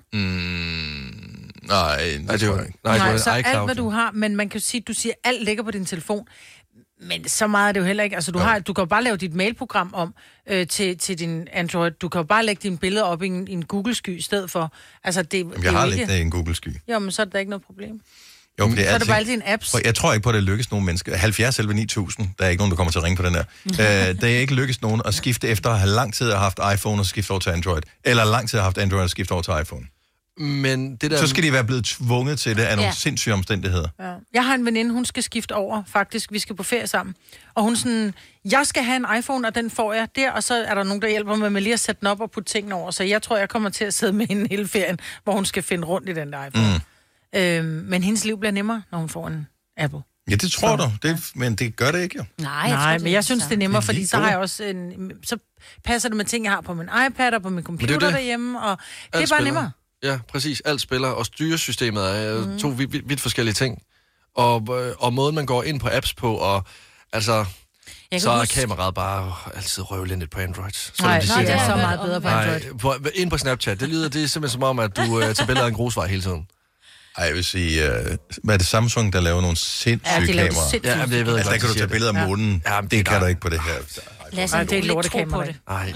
Nej, det tror jeg ikke. Nej, så alt, hvad du har, men man kan jo sige, du siger, alt ligger på din telefon. Men så meget er det jo heller ikke. Altså, du kan jo bare lave dit mailprogram om til din Android. Du kan jo bare lægge dine billeder op i en Google-sky i stedet for. Altså, jeg har lægget det i en Google-sky. Jo, men så er det da ikke noget problem. Jo, så er det bare alle dine apps. Jeg tror ikke på, at det lykkes nogen mennesker. 70 eller 9000, der er ikke nogen, der kommer til at ringe på den der. Det er ikke lykkes nogen at skifte efter at have lang tid at have haft iPhone og skifte over til Android. Eller lang tid at have haft Android og skifte over til iPhone. Men det der... Så skal de være blevet tvunget til det af nogle sindssyge omstændigheder. Ja. Jeg har en veninde, hun skal skifte over, faktisk. Vi skal på ferie sammen. Og hun sådan, jeg skal have en iPhone, og den får jeg der, og så er der nogen, der hjælper mig med lige at sætte den op og putte tingene over. Så jeg tror, jeg kommer til at sidde med hende hele ferien, hvor hun skal finde rundt i den der iPhone. Men hendes liv bliver nemmere, når hun får en Apple. Ja, det tror du. Men det gør det ikke, jo. Nej, men jeg synes, det er nemmere, fordi så har jeg også så passer det med ting, jeg har på min iPad og på min computer derhjemme, og det er bare nemmere. Ja, præcis. Alt spiller, og styresystemet er to vidt forskellige ting. Og måden, man går ind på apps på, og altså... Så er kameraet bare altid røvlindigt på Android. Nej, det er så meget bedre på Android. Ind på Snapchat, det er simpelthen som om, at du tager billeder af en grusvej hele tiden. Ej, jeg vil sige, hvad er det Samsung, der laver nogle sindssyge kameraer? Ja, det ved jeg der kan du tage billeder af månen. Ja, det kan du ikke på det her. Nej, det er lortekamera. Nej.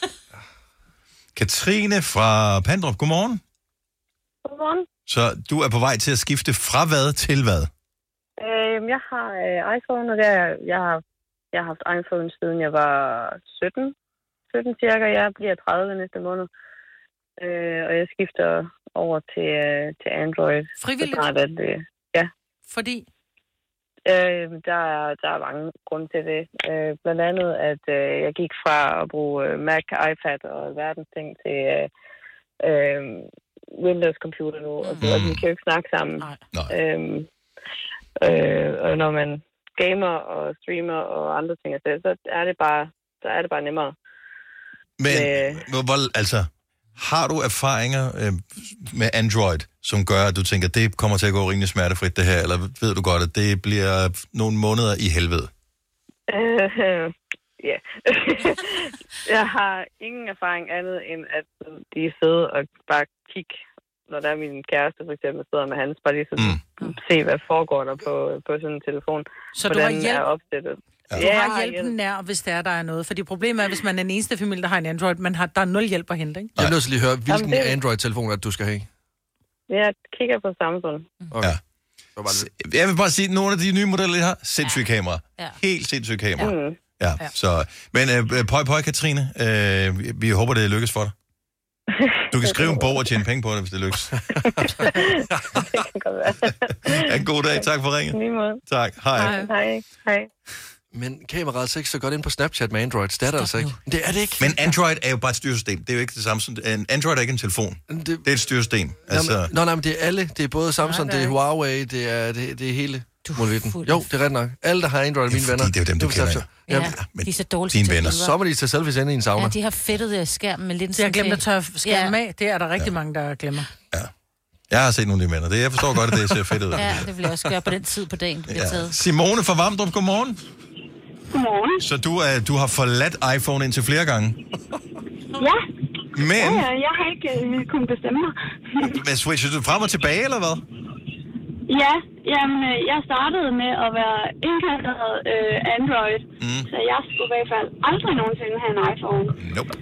Katrine fra Pandrup, godmorgen. Godmorgen. Så du er på vej til at skifte fra hvad til hvad? Jeg har iPhone, og jeg har haft iPhone siden jeg var 17 cirka. Jeg bliver 30 næste måned. Og jeg skifter over til Android. Frivilligt? Ja. Fordi? Der er mange grunde til det. Blandt andet, at jeg gik fra at bruge Mac, iPad og verdens ting til Windows-computer nu, og vi kan jo ikke snakke sammen. Og når man gamer og streamer og andre ting, så er det bare nemmere. Men har du erfaringer med Android, som gør, at du tænker, at det kommer til at gå rimelig smertefrit det her, eller ved du godt, at det bliver nogle måneder i helvede? Ja. Jeg har ingen erfaring andet, end at de sidder og bare kigge, når der er min kæreste for eksempel sidder med hans, bare lige så se, hvad foregår der på sådan en telefon. Så du har hjælp? Du har hjælpen nær, hvis der er noget. Fordi problemet er, hvis man er den eneste familie, der har en Android, der er 0 hjælp at hente, ikke? Jeg vil også lige høre, hvilken Android-telefon du skal have? Jeg kigger på Samsung. Okay. Ja. Jeg vil bare sige, at nogle af de nye modeller, jeg har, sindssyge kameraer. Ja. Helt sindssyge kameraer. Ja. Så, men pøj, Katrine. Vi håber, det lykkes for dig. Du kan skrive en bog og tjene penge på det, hvis det lykkes. Det kan godt være. En god dag. Tak for ringet. Lige måde. Tak. Hej. Men kameraet er ikke så godt ind på Snapchat med Android. Det er det altså ikke. Det er det ikke. Men Android er jo bare et styresystem. Det er jo ikke det samme som... Android er ikke en telefon. Det er et styresystem. Altså... Nå, men det er alle. Det er både Samsung, det er Huawei, det er hele molevitten. Jo, det er ret nok. Alle, der har Android, mine venner. Det er jo dem, du kender. Ja, de er så dårlige til venner. Så må de tage selfies inde i en sauna. Ja, de har fedtet skærmen med linsen. De har glemt at tørre skærmen af. Det er der rigtig mange, der glemmer. Ja. Jeg har set nogle af de venner. Jeg forstår godt, at det ser fedt ud. Ja, det vil jeg også gøre på den tid på dagen. Simone fra Vamdrup, godmorgen. Godmorgen. Så du har forladt iPhone indtil flere gange? Ja. Men... Ja, jeg har ikke kunnet bestemme mig. Men switcher du frem og tilbage, eller hvad? Ja, jamen, jeg startede med at være indkaldret Android, så jeg skulle i hvert fald aldrig nogensinde have en iPhone. Nope.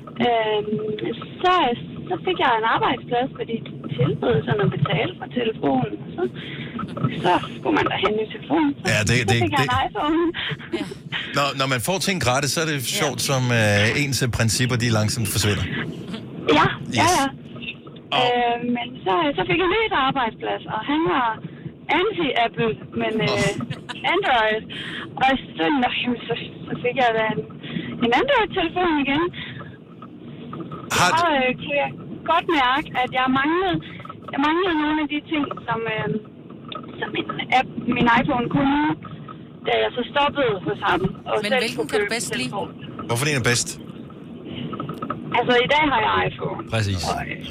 Så fik jeg en arbejdsplads, fordi de tilbød sådan at betale for telefonen. Så skulle man da have en ny telefon. Så fik jeg en iPhone. Når man får ting gratis, så er det sjovt, som ens principper, de langsomt forsvinder. Ja. Men så fik jeg en ny arbejdsplads, og han var anti-Apple, men Android. Og så fik jeg da en Android-telefon igen. Så kan jeg godt mærke, at jeg manglede nogle af de ting, som min iPhone kunne, da jeg så stoppede hos ham. Men hvilken kan du bedst lide? Hvorfor er den bedst? Altså, i dag har jeg iPhone. Præcis.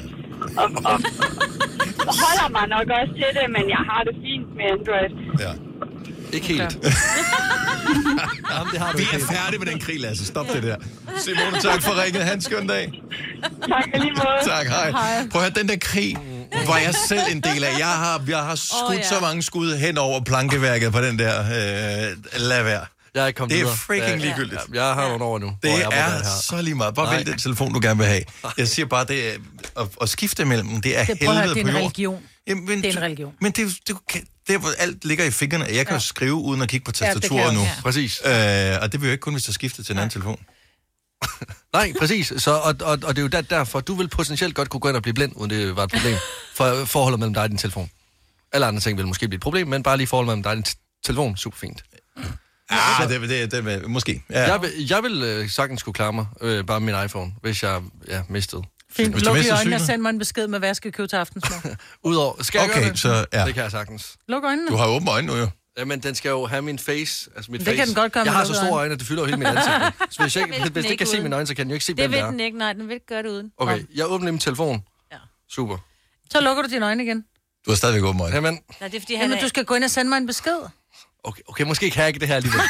Og holder mig nok også til det, men jeg har det fint med Android. Ja. Ikke helt. Jamen, det har du. Vi er færdige med den krig, Lasse. Stop det der. Simone, tak for ringet. Ha' en skøn dag. Tak lige måde. Tak, hej. Prøv at høre, den der krig var jeg selv en del af. Jeg har skudt så mange skud hen over plankeværket på den der. Lad være. Jeg er ikke kommet det er videre. freaking ligegyldigt. Jeg har nogle år nu. Det er så lige meget. Bare vælg den telefon, du gerne vil have. Jeg siger bare, det er at skifte mellem, det er helvede på jord. Det er en religion. Jamen, det er en religion. Men det hvor alt ligger i fingrene. Jeg kan jo skrive uden at kigge på tastaturet nu. Præcis. Og det vil jo ikke kun, hvis du skifter til en anden telefon. Nej, præcis. Så, og det er jo derfor, du vil potentielt godt kunne gå ind og blive blind, uden det var et problem. For forholdet mellem dig og din telefon. Alle andre ting vil måske blive et problem, men bare lige forholdet mellem dig og din telefon, super fint. Ja, det måske. Ja. Jeg vil sagtens kunne klare mig bare min iPhone, hvis jeg mistede. Fint, luk i øjnene og send mig en besked med, hvad jeg skal købe til aftensmad. Udover, skal jeg gøre det? Så, ja. Det kan jeg sagtens. Luk øjnene. Du har åbne øjne nu, jo. Jamen, den skal jo have min face. Altså mit det face. Kan den godt gøre. Jeg har så store øjne, at det fylder hele mit ansigt. Så hvis det ikke kan se mine øjne, så kan den jo ikke se, hvem det er. Det vil den ikke, nej, den vil ikke gøre det uden. Okay, jeg åbner min telefon. Ja. Super. Så lukker du dine øjne igen. Du har stadigvæk åbne øjne. Jamen. Nej, det er fordi, han du skal gå ind og sende mig en besked. Okay, måske kan jeg ikke det her alligevel.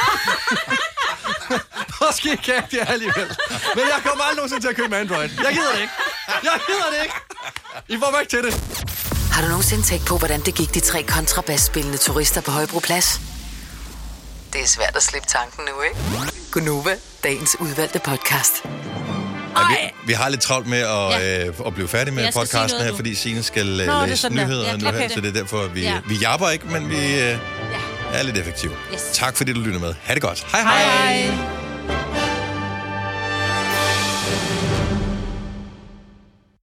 Måske kan jeg det her alligevel. Men jeg kommer aldrig nogensinde til at købe med Android. Jeg gider det ikke. I får mig ikke til det. Har du nogensinde tænkt på, hvordan det gik de 3 kontrabasspillende turister på Højbroplads? Det er svært at slippe tanken nu, ikke? Gunova, dagens udvalgte podcast. Vi har lidt travlt med at blive færdige med podcasten her, fordi Signe skal læse nyheder nu her, så det er derfor, vi jabber ikke, men vi er lidt effektive. Tak fordi du lytter med. Ha' det godt. Hej hej.